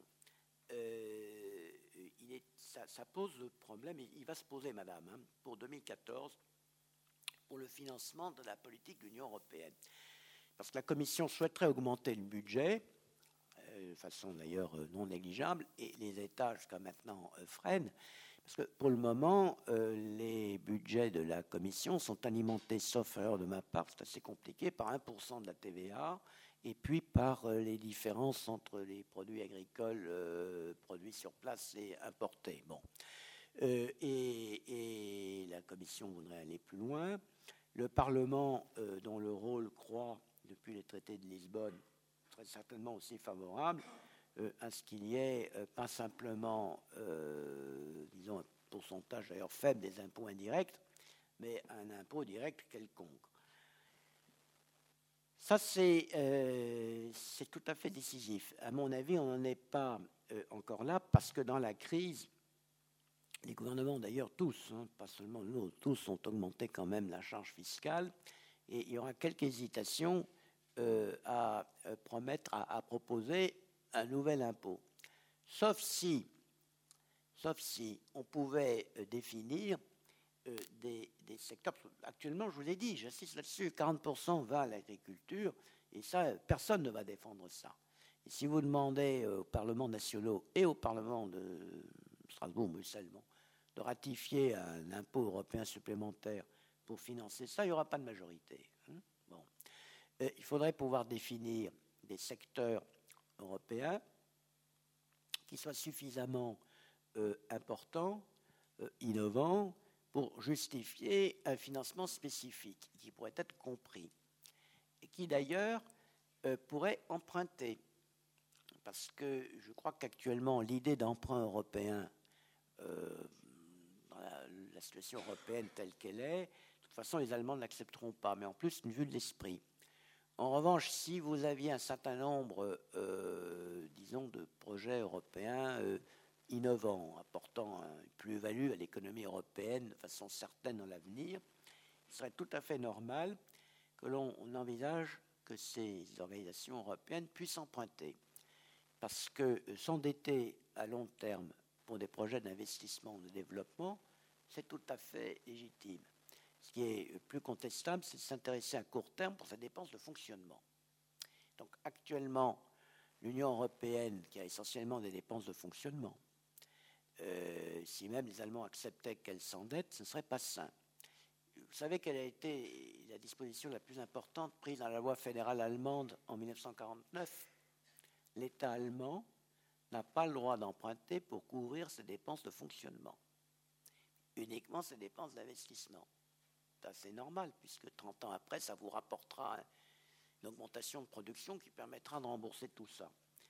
Euh, il est, ça, ça pose le problème, et il va se poser, madame, hein, pour deux mille quatorze, pour le financement de la politique de l'Union européenne. Parce que la Commission souhaiterait augmenter le budget, euh, de façon d'ailleurs non négligeable, et les États jusqu'à maintenant euh, freinent. Parce que pour le moment, euh, les budgets de la Commission sont alimentés, sauf erreur de ma part, c'est assez compliqué, par un pour cent de la T V A, et puis par euh, les différences entre les produits agricoles euh, produits sur place et importés. Bon. Euh, et, et la Commission voudrait aller plus loin. Le Parlement, euh, dont le rôle croît depuis les traités de Lisbonne, serait certainement aussi favorable euh, à ce qu'il y ait euh, pas simplement, euh, disons, un pourcentage d'ailleurs faible des impôts indirects, mais un impôt direct quelconque. Ça, c'est, euh, c'est tout à fait décisif. À mon avis, on n'en est pas euh, encore là, parce que dans la crise, les gouvernements, d'ailleurs tous, hein, pas seulement nous, tous ont augmenté quand même la charge fiscale, et il y aura quelques hésitations euh, à euh, promettre, à, à proposer un nouvel impôt. Sauf si, sauf si on pouvait euh, définir euh, des, des secteurs. Actuellement, je vous ai dit, j'insiste là-dessus, quarante pour cent va à l'agriculture, et ça, personne ne va défendre ça. Et si vous demandez aux parlements nationaux et au Parlement de Strasbourg, Bruxelles, bon, de ratifier un impôt européen supplémentaire pour financer ça, il n'y aura pas de majorité. Hein. Bon. Euh, il faudrait pouvoir définir des secteurs européens qui soient suffisamment euh, importants, euh, innovants, pour justifier un financement spécifique qui pourrait être compris et qui d'ailleurs euh, pourrait emprunter. Parce que je crois qu'actuellement, l'idée d'emprunt européen, euh, dans la, la situation européenne telle qu'elle est, de toute façon, les Allemands ne l'accepteront pas, mais en plus, une vue de l'esprit. En revanche, si vous aviez un certain nombre, euh, disons, de projets européens euh, innovants, apportant une plus-value à l'économie européenne de façon certaine dans l'avenir, il serait tout à fait normal que l'on envisage que ces organisations européennes puissent emprunter. Parce que s'endetter à long terme pour des projets d'investissement ou de développement, c'est tout à fait légitime. Ce qui est plus contestable, c'est de s'intéresser à court terme pour sa dépense de fonctionnement. Donc actuellement, l'Union européenne, qui a essentiellement des dépenses de fonctionnement, euh, si même les Allemands acceptaient qu'elle s'endette, ce ne serait pas sain. Vous savez quelle a été la disposition la plus importante prise dans la loi fédérale allemande en mille neuf cent quarante-neuf ? L'État allemand n'a pas le droit d'emprunter pour couvrir ses dépenses de fonctionnement, uniquement ses dépenses d'investissement. C'est assez normal, puisque trente ans après, ça vous rapportera une augmentation de production qui permettra de rembourser tout ça.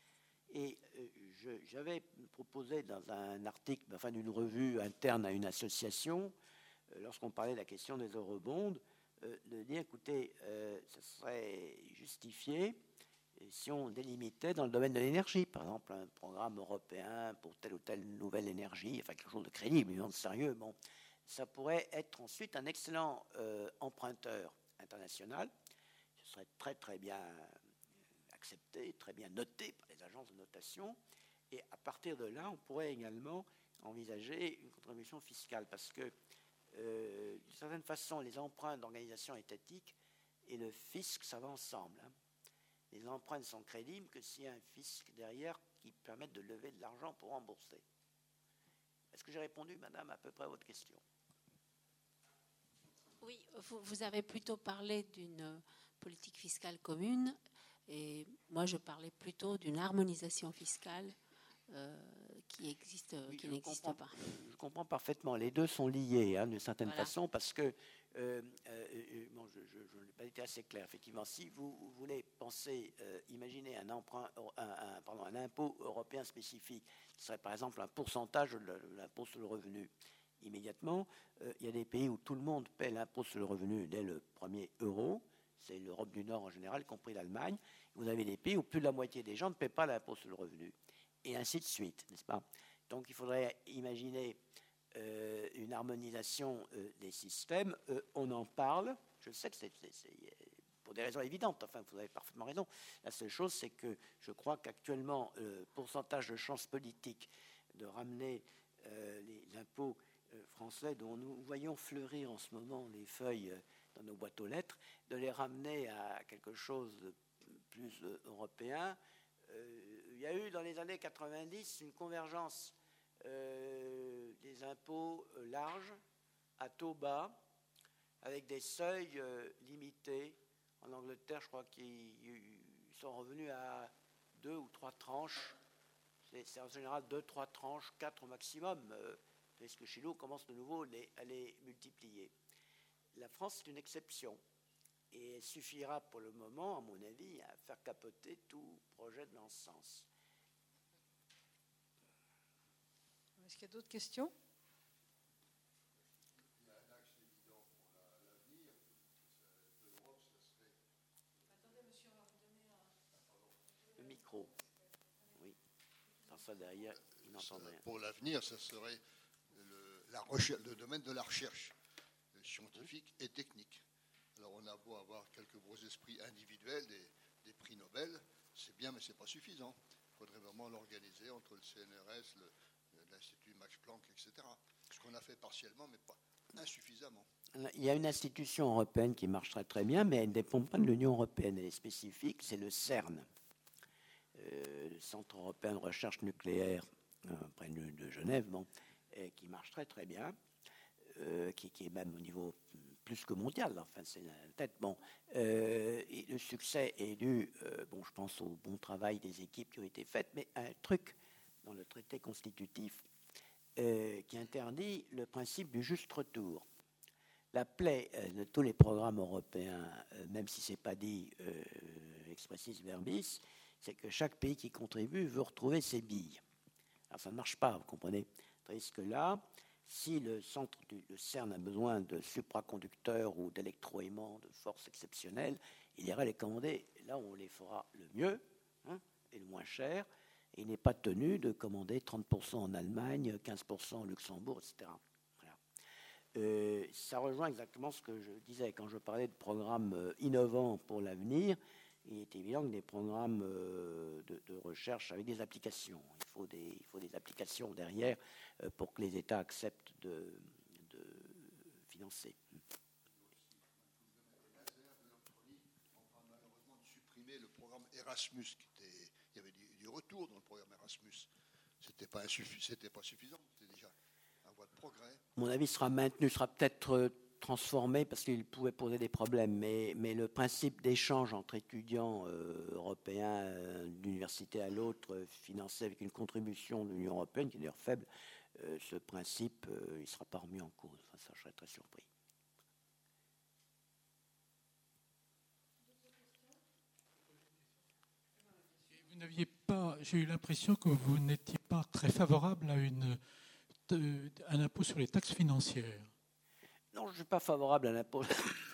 Et euh, je, j'avais proposé dans un article, enfin d'une revue interne à une association, euh, lorsqu'on parlait de la question des eurobonds, euh, de dire, écoutez, euh, ça serait justifié si on délimitait dans le domaine de l'énergie, par exemple un programme européen pour telle ou telle nouvelle énergie, enfin quelque chose de crédible, de sérieux, bon, ça pourrait être ensuite un excellent euh, emprunteur international. Ce serait très très bien accepté, très bien noté par les agences de notation. Et à partir de là, on pourrait également envisager une contribution fiscale, parce que euh, d'une certaine façon, les emprunts d'organisations étatiques et le fisc, ça va ensemble. Hein. Les emprunts ne sont crédibles que s'il y a un fisc derrière qui permette de lever de l'argent pour rembourser. Est-ce que j'ai répondu, madame, à peu près à votre question ? Oui, vous, vous avez plutôt parlé d'une politique fiscale commune, et moi je parlais plutôt d'une harmonisation fiscale euh, qui, existe, oui, qui n'existe pas. Je comprends parfaitement. Les deux sont liés, hein, d'une certaine Voilà. façon, parce que Euh, euh, bon, je, je, je n'ai pas été assez clair. Effectivement, si vous, vous voulez penser, euh, imaginer un, emprunt, un, un, pardon, un impôt européen spécifique, qui serait par exemple un pourcentage de l'impôt sur le revenu, immédiatement, euh, il y a des pays où tout le monde paie l'impôt sur le revenu dès le premier euro. C'est l'Europe du Nord en général, y compris l'Allemagne. Vous avez des pays où plus de la moitié des gens ne paient pas l'impôt sur le revenu. Et ainsi de suite, n'est-ce pas ? Donc il faudrait imaginer Euh, une harmonisation euh, des systèmes, euh, on en parle. Je sais que c'est, c'est, c'est pour des raisons évidentes, enfin vous avez parfaitement raison. La seule chose, c'est que je crois qu'actuellement, le euh, pourcentage de chance politique de ramener euh, les impôts euh, français dont nous voyons fleurir en ce moment les feuilles euh, dans nos boîtes aux lettres, de les ramener à quelque chose de plus euh, européen. Euh, il y a eu dans les années quatre-vingt-dix une convergence Euh, des impôts euh, larges, à taux bas, avec des seuils euh, limités. En Angleterre, je crois qu'ils sont revenus à deux ou trois tranches. C'est, c'est en général deux, trois tranches, quatre au maximum, euh, parce que chez nous, on commence de nouveau les, à les multiplier. La France, c'est une exception. Et elle suffira pour le moment, à mon avis, à faire capoter tout projet dans ce sens. Est-ce qu'il y a d'autres questions ? Il y a un axe évident pour la, l'avenir de l'Europe, ce serait... Attendez, monsieur, on va vous donner un... Le micro. Oui. Sans ça, derrière, il n'entend rien. Pour l'avenir, ce serait le, la recherche, le domaine de la recherche scientifique et technique. Alors, on a beau avoir quelques gros esprits individuels, des, des prix Nobel, c'est bien, mais ce n'est pas suffisant. Il faudrait vraiment l'organiser entre le C N R S, le l'Institut Max Planck, et cetera. Ce qu'on a fait partiellement, mais pas insuffisamment. Il y a une institution européenne qui marche très, très bien, mais elle ne dépend pas de l'Union européenne. Elle est spécifique, c'est le CERN, euh, le Centre européen de recherche nucléaire, euh, près de, de Genève, bon, et qui marche très, très bien, euh, qui, qui est même au niveau plus que mondial, enfin, c'est la tête. Bon, euh, et le succès est dû, euh, bon, je pense au bon travail des équipes qui ont été faites, mais un truc dans le traité constitutif euh, qui interdit le principe du juste retour. La plaie euh, de tous les programmes européens, euh, même si ce n'est pas dit euh, expressis verbis, c'est que chaque pays qui contribue veut retrouver ses billes. Alors ça ne marche pas, vous comprenez. Tandis que là, si le centre du le CERN a besoin de supraconducteurs ou d'électroaimants de force exceptionnelle, il ira les commander là où on les fera le mieux, hein, et le moins cher. Et il n'est pas tenu de commander trente pour cent en Allemagne, quinze pour cent au Luxembourg, et cetera. Voilà. Euh, ça rejoint exactement ce que je disais quand je parlais de programmes euh, innovants pour l'avenir. Il est évident que des programmes euh, de, de recherche avec des applications. Il faut des, il faut des applications derrière euh, pour que les États acceptent de, de financer. On parle malheureusement de supprimer le programme Erasmus, qui était, il y avait du, du retour dans le programme Erasmus. C'était pas insuffi, c'était pas suffisant, c'était déjà un voie de progrès. Mon avis sera maintenu, sera peut-être transformé parce qu'il pouvait poser des problèmes, mais, mais le principe d'échange entre étudiants euh, européens euh, d'une université à l'autre, euh, financé avec une contribution de l'Union européenne, qui est d'ailleurs faible, euh, ce principe, euh, il ne sera pas remis en cause. Enfin, ça, je serais très surpris. Vous n'aviez pas, j'ai eu l'impression que vous n'étiez pas très favorable à une, de, un impôt sur les taxes financières. Non, je ne suis pas favorable à l'impôt.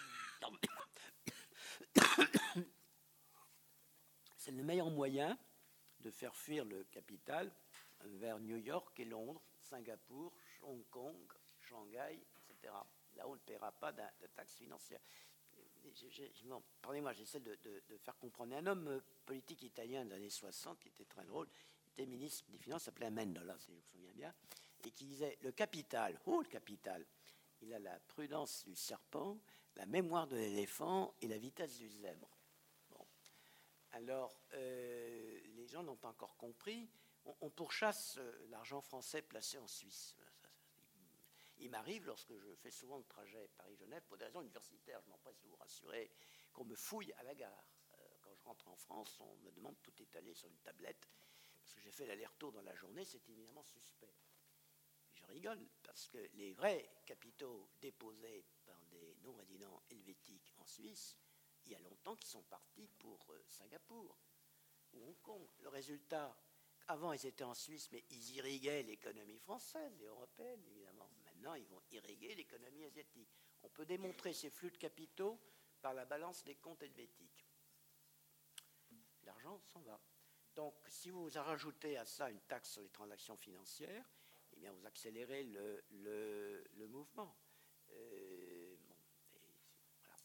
C'est le meilleur moyen de faire fuir le capital vers New York et Londres, Singapour, Hong Kong, Shanghai, et cetera. Là où on ne paiera pas de, de taxes financières. Pardonnez-moi, j'essaie de, de, de faire comprendre. Un homme politique italien des années soixante, qui était très drôle, était ministre des Finances, s'appelait Amendola, si je me souviens bien, et qui disait le capital, oh le capital, il a la prudence du serpent, la mémoire de l'éléphant et la vitesse du zèbre. Bon. Alors, euh, les gens n'ont pas encore compris. On, on pourchasse euh, l'argent français placé en Suisse. Il m'arrive, lorsque je fais souvent le trajet Paris-Genève, pour des raisons universitaires, je m'empresse de vous rassurer, qu'on me fouille à la gare. Euh, quand je rentre en France, on me demande tout étalé sur une tablette, parce que j'ai fait l'aller-retour dans la journée, c'est évidemment suspect. Je rigole, parce que les vrais capitaux déposés par des non-résidents helvétiques en Suisse, il y a longtemps qu'ils sont partis pour euh, Singapour ou Hong Kong. Le résultat, avant ils étaient en Suisse, mais ils irriguaient l'économie française et européenne, évidemment. Maintenant, ils vont irriguer l'économie asiatique. On peut démontrer ces flux de capitaux par la balance des comptes helvétiques. L'argent s'en va. Donc, si vous rajoutez à ça une taxe sur les transactions financières, eh bien, vous accélérez le, le, le mouvement. Euh, bon, et, voilà.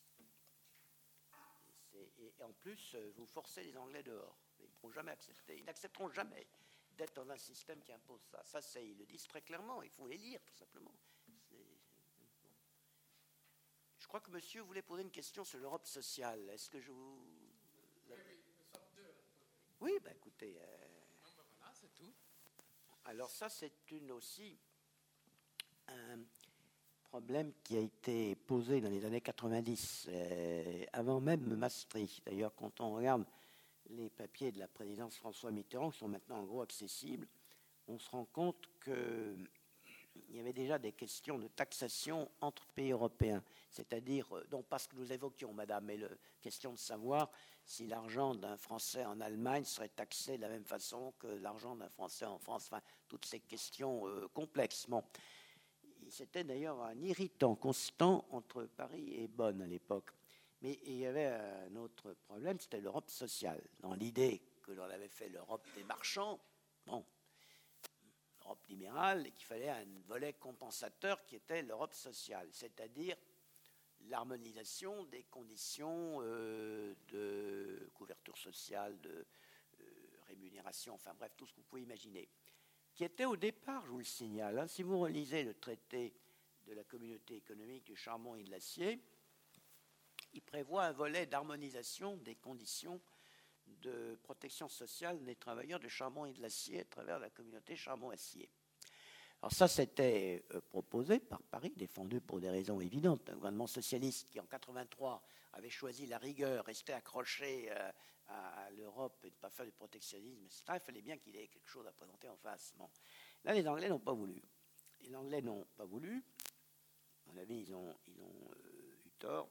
et, et, et en plus, vous forcez les Anglais dehors. Ils ne pourront jamais accepter. Ils n'accepteront jamais d'être dans un système qui impose ça. Ça, c'est, ils le disent très clairement. Il faut les lire, tout simplement. C'est, bon. Je crois que monsieur voulait poser une question sur l'Europe sociale. Est-ce que je vous... Oui, oui, nous sommes deux. Oui, ben écoutez... Euh... Non, ben voilà, c'est tout. Alors ça, c'est une aussi un problème qui a été posé dans les années quatre-vingt-dix, euh, avant même Maastricht. D'ailleurs, quand on regarde les papiers de la présidence François Mitterrand, qui sont maintenant en gros accessibles, on se rend compte qu'il y avait déjà des questions de taxation entre pays européens. C'est-à-dire, non pas ce que nous évoquions, madame, mais la question de savoir si l'argent d'un Français en Allemagne serait taxé de la même façon que l'argent d'un Français en France. Enfin, toutes ces questions euh, complexes. Bon. C'était d'ailleurs un irritant constant entre Paris et Bonn à l'époque. Mais il y avait un autre problème, c'était l'Europe sociale. Dans l'idée que l'on avait fait l'Europe des marchands, bon, l'Europe libérale, et qu'il fallait un volet compensateur qui était l'Europe sociale, c'est-à-dire l'harmonisation des conditions euh, de couverture sociale, de euh, rémunération, enfin bref, tout ce que vous pouvez imaginer. qui était au départ, je vous le signale, hein, si vous relisez le traité de la communauté économique du charbon et de l'acier, il prévoit un volet d'harmonisation des conditions de protection sociale des travailleurs du charbon et de l'acier à travers la communauté charbon-acier. Alors ça, c'était euh, proposé par Paris, défendu pour des raisons évidentes. Un gouvernement socialiste qui, en quatre-vingt-trois, avait choisi la rigueur, restait accroché euh, à, à l'Europe et ne pas faire du protectionnisme, et cetera. Il fallait bien qu'il ait quelque chose à présenter en face. Bon. Là, les Anglais n'ont pas voulu. Les Anglais n'ont pas voulu. À mon avis, ils ont, ils ont euh, eu tort.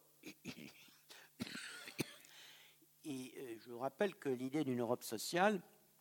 Et euh, je vous rappelle que l'idée d'une Europe sociale,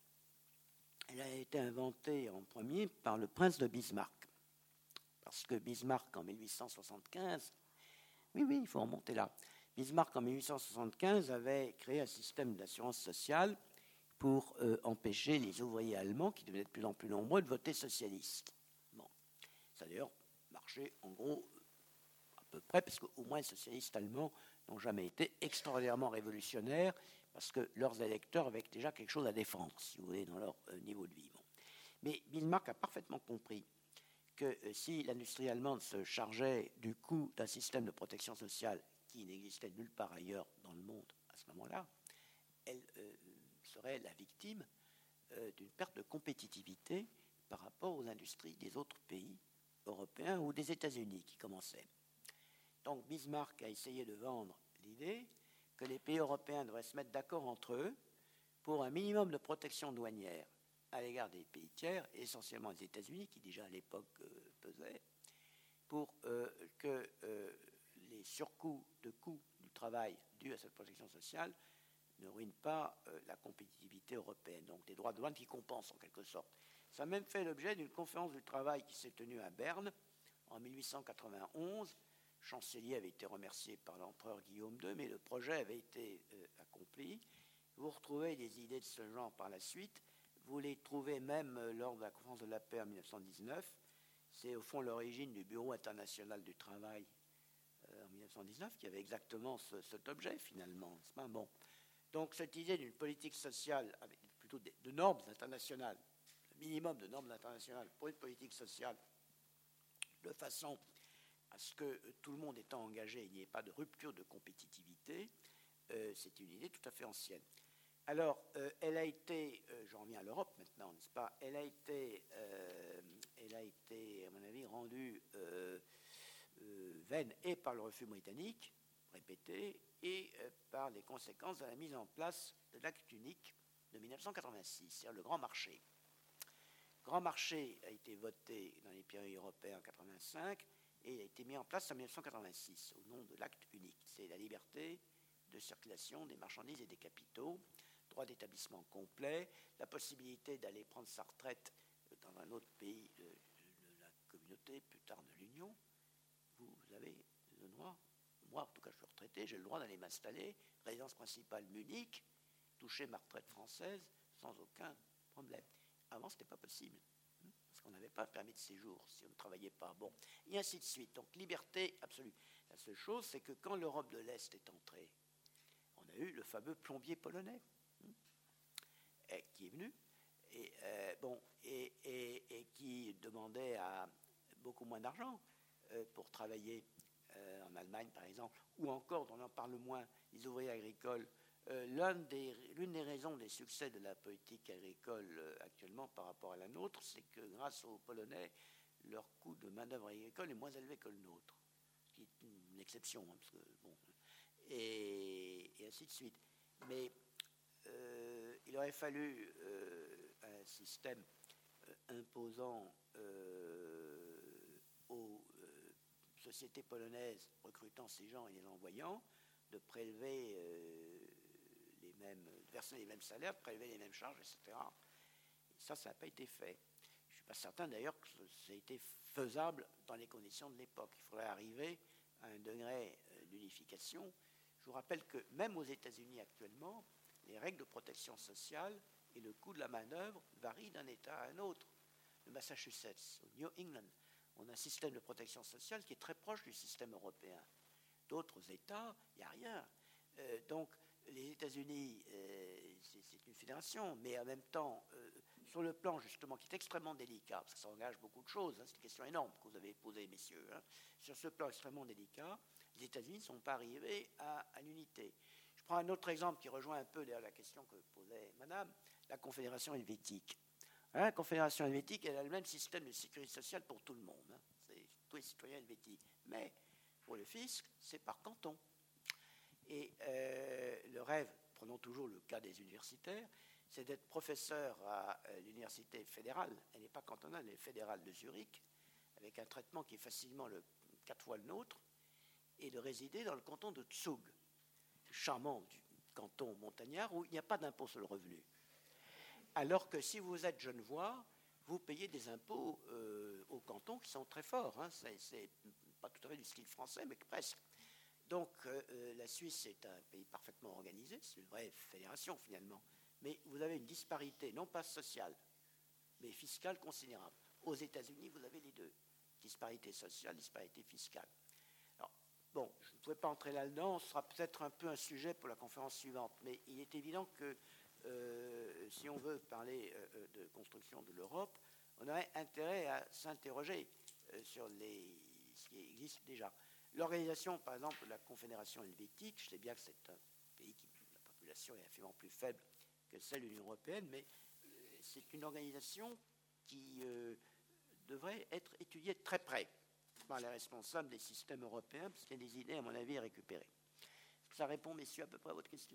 elle a été inventée en premier par le prince de Bismarck. Parce que Bismarck, en mille huit cent soixante-quinze, oui, oui, il faut remonter là. Bismarck, en mille huit cent soixante-quinze, avait créé un système d'assurance sociale pour euh, empêcher les ouvriers allemands, qui devenaient de plus en plus nombreux, de voter socialiste. Bon. Ça a d'ailleurs marché, en gros, à peu près, parce qu'au moins les socialistes allemands n'ont jamais été extraordinairement révolutionnaires, parce que leurs électeurs avaient déjà quelque chose à défendre, si vous voulez, dans leur euh, niveau de vie. Bon. Mais Bismarck a parfaitement compris que euh, si l'industrie allemande se chargeait du coût d'un système de protection sociale qui n'existait nulle part ailleurs dans le monde à ce moment-là, elle euh, serait la victime euh, d'une perte de compétitivité par rapport aux industries des autres pays européens ou des États-Unis qui commençaient. Donc Bismarck a essayé de vendre l'idée que les pays européens devraient se mettre d'accord entre eux pour un minimum de protection douanière à l'égard des pays tiers, et essentiellement les États-Unis, qui déjà à l'époque euh, pesaient, pour euh, que euh, les surcoûts de coûts du travail dus à cette protection sociale ne ruinent pas euh, la compétitivité européenne. Donc des droits de douane qui compensent en quelque sorte. Ça a même fait l'objet d'une conférence du travail qui s'est tenue à Berne en mille huit cent quatre-vingt-onze. Le chancelier avait été remercié par l'empereur Guillaume deux, mais le projet avait été euh, accompli. Vous retrouvez des idées de ce genre par la suite. Vous les trouvez même euh, lors de la conférence de la paix en mille neuf cent dix-neuf. C'est au fond l'origine du Bureau international du travail euh, en mille neuf cent dix-neuf qui avait exactement ce, cet objet finalement. C'est pas bon. Donc cette idée d'une politique sociale, avec plutôt de, de normes internationales, le minimum de normes internationales pour une politique sociale, de façon à ce que euh, tout le monde étant engagé, il n'y ait pas de rupture de compétitivité, euh, c'est une idée tout à fait ancienne. Alors, euh, elle a été, euh, j'en reviens à l'Europe maintenant, n'est-ce pas? Elle a été, euh, elle a été, à mon avis, rendue euh, euh, vaine et par le refus britannique, répété, et euh, par les conséquences de la mise en place de l'acte unique de mille neuf cent quatre-vingt-six, c'est-à-dire le Grand Marché. Le Grand Marché a été voté dans les pays européens en mille neuf cent quatre-vingt-cinq et il a été mis en place en mille neuf cent quatre-vingt-six au nom de l'acte unique. C'est la liberté de circulation des marchandises et des capitaux, droit d'établissement complet, la possibilité d'aller prendre sa retraite dans un autre pays de, de la communauté, plus tard de l'Union. Vous, vous avez le droit, moi en tout cas je suis retraité, j'ai le droit d'aller m'installer, résidence principale Munich, toucher ma retraite française sans aucun problème. Avant, ce n'était pas possible, hein, parce qu'on n'avait pas un permis de séjour si on ne travaillait pas. Bon, et ainsi de suite. Donc, liberté absolue. La seule chose, c'est que quand l'Europe de l'Est est entrée, on a eu le fameux plombier polonais, hein, et, qui est venu, et, euh, bon, et, et, et qui demandait à beaucoup moins d'argent euh, pour travailler euh, en Allemagne, par exemple, ou encore, on en parle moins, les ouvriers agricoles. Euh, l'une des, l'une des raisons des succès de la politique agricole euh, actuellement par rapport à la nôtre, c'est que grâce aux Polonais, leur coût de main-d'œuvre agricole est moins élevé que le nôtre, ce qui est une exception, hein, parce que, bon, et, et ainsi de suite. Mais euh, il aurait fallu euh, un système euh, imposant euh, aux euh, sociétés polonaises recrutant ces gens et les envoyant de prélever euh, les mêmes, verser les mêmes salaires, prélever les mêmes charges, et cetera. Et ça, ça n'a pas été fait. Je ne suis pas certain d'ailleurs que ça a été faisable dans les conditions de l'époque. Il faudrait arriver à un degré d'unification. Je vous rappelle que même aux États-Unis actuellement, les règles de protection sociale et le coût de la main-d'œuvre varient d'un État à un autre. Le Massachusetts, au New England, on a un système de protection sociale qui est très proche du système européen. D'autres États, il n'y a rien. Euh, donc, les États-Unis, euh, c'est, c'est une fédération, mais en même temps, euh, sur le plan justement qui est extrêmement délicat, parce que ça engage beaucoup de choses, hein, c'est une question énorme que vous avez posée, messieurs, hein, sur ce plan extrêmement délicat, les États-Unis ne sont pas arrivés à, à l'unité. Je prends un autre exemple qui rejoint un peu d'ailleurs la question que posait Madame, la Confédération helvétique. Hein, la Confédération helvétique, elle a le même système de sécurité sociale pour tout le monde, hein, c'est tous les citoyens helvétiques, mais pour le fisc, c'est par canton. Et euh, le rêve, prenons toujours le cas des universitaires, c'est d'être professeur à euh, l'université fédérale, elle n'est pas cantonale, elle est fédérale de Zurich, avec un traitement qui est facilement le, quatre fois le nôtre, et de résider dans le canton de Zug, charmant du canton montagnard, où il n'y a pas d'impôt sur le revenu. Alors que si vous êtes genevois, vous payez des impôts euh, au canton qui sont très forts. Hein. C'est, c'est pas tout à fait du style français, mais presque. Donc euh, la Suisse est un pays parfaitement organisé, c'est une vraie fédération finalement. Mais vous avez une disparité, non pas sociale, mais fiscale considérable. Aux États-Unis, vous avez les deux. Disparité sociale, disparité fiscale. Alors, bon, je ne pouvais pas entrer là-dedans, ce sera peut-être un peu un sujet pour la conférence suivante, mais il est évident que euh, si on veut parler euh, de construction de l'Europe, on aurait intérêt à s'interroger euh, sur les, ce qui existe déjà. L'organisation, par exemple, de la Confédération helvétique, je sais bien que c'est un pays qui, la population est infiniment plus faible que celle de l'Union européenne, mais euh, c'est une organisation qui euh, devrait être étudiée de très près par les responsables des systèmes européens, parce qu'il y a des idées, à mon avis, à récupérer. Est-ce que ça répond, messieurs, à peu près à votre question ?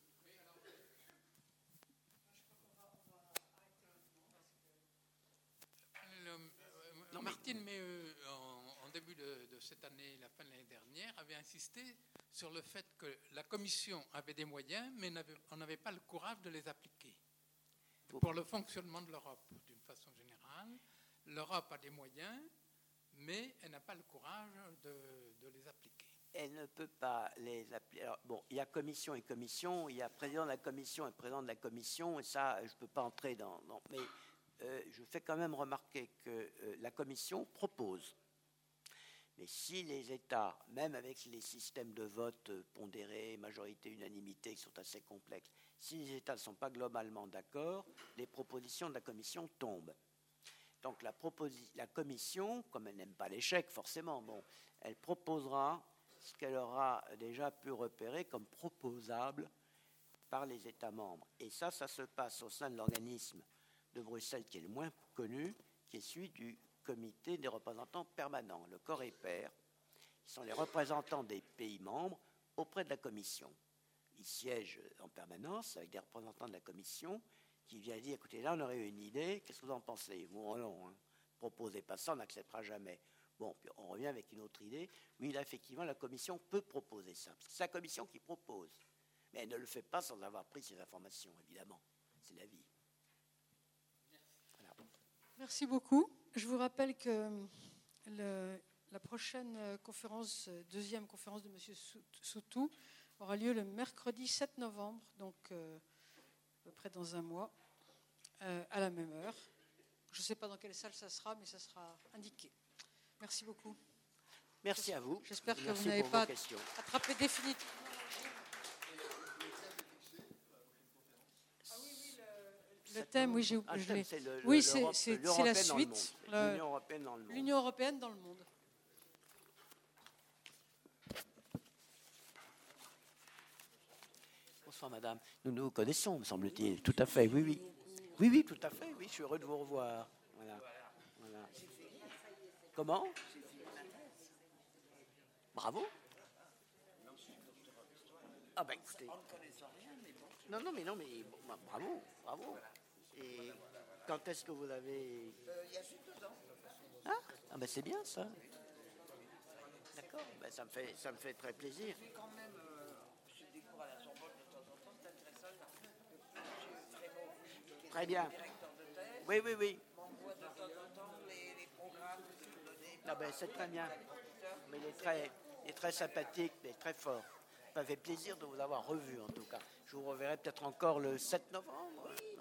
Non, Martine, mais euh, en, en début de, de cette année, la fin de l'année dernière, avait insisté sur le fait que la Commission avait des moyens, mais n'avait, on n'avait pas le courage de les appliquer. Pour le fonctionnement de l'Europe, d'une façon générale, l'Europe a des moyens, mais elle n'a pas le courage de, de les appliquer. Elle ne peut pas les appliquer. Alors, bon, il y a commission et commission, il y a président de la commission et président de la commission, et ça, je ne peux pas entrer dans... dans mais euh, je fais quand même remarquer que euh, la commission propose. Mais si les États, même avec les systèmes de vote pondérés, majorité, unanimité, qui sont assez complexes, si les États ne sont pas globalement d'accord, les propositions de la commission tombent. Donc la, proposi- la commission, comme elle n'aime pas l'échec forcément, bon, elle proposera ce qu'elle aura déjà pu repérer comme proposable par les États membres. Et ça, ça se passe au sein de l'organisme de Bruxelles qui est le moins connu, qui est celui du comité des représentants permanents, le COREPER, qui sont les représentants des pays membres auprès de la Commission. Ils siègent en permanence avec des représentants de la Commission qui viennent dire, écoutez, là on aurait eu une idée, qu'est-ce que vous en pensez ? Bon, non, hein, proposez pas ça, on n'acceptera jamais. Bon, puis on revient avec une autre idée. Oui, là, effectivement, la Commission peut proposer ça. C'est la Commission qui propose. Mais elle ne le fait pas sans avoir pris ces informations, évidemment. C'est la vie. Voilà. Merci beaucoup. Je vous rappelle que le, la prochaine conférence, deuxième conférence de M. Soutou, aura lieu le mercredi sept novembre, donc euh, à peu près dans un mois, euh, à la même heure. Je ne sais pas dans quelle salle ça sera, mais ça sera indiqué. Merci beaucoup. Merci à vous. J'espère que Merci vous n'avez pour pas vos questions. attrapé définitivement. Ah oui, oui, le, le thème, oui, j'ai Ah, je l'ai. c'est le, Oui, le, c'est, l'Europe, c'est, l'Europe c'est la dans le suite. monde. Le, L'Union européenne dans le monde. L'Union européenne dans le monde. Bonsoir, madame. Nous nous connaissons, me semble-t-il. Tout à fait, oui, oui. Oui, oui, tout à fait. Oui, je suis heureux de vous revoir. Voilà. Voilà. Comment ? Bravo. Ah ben écoutez. Non, non, mais non, mais bon, bah, bravo, bravo. Et quand est-ce que vous avez... Il y a juste deux ans. Ah, ah ben c'est bien ça. D'accord, ben, ça me fait, ça me fait très plaisir. Mais quand même, euh, je découvre à la Sorbonne de temps en temps, c'est intéressant. J'ai vraiment voulu que Très bien. le directeur de thèse Oui, oui, oui. m'envoie de temps en temps les, les programmes que vous donnez. Ah ben c'est très bien. Mais il est très, il est très sympathique, il est très fort. Ça m'a fait plaisir de vous avoir revu en tout cas. Je vous reverrai peut-être encore le sept novembre.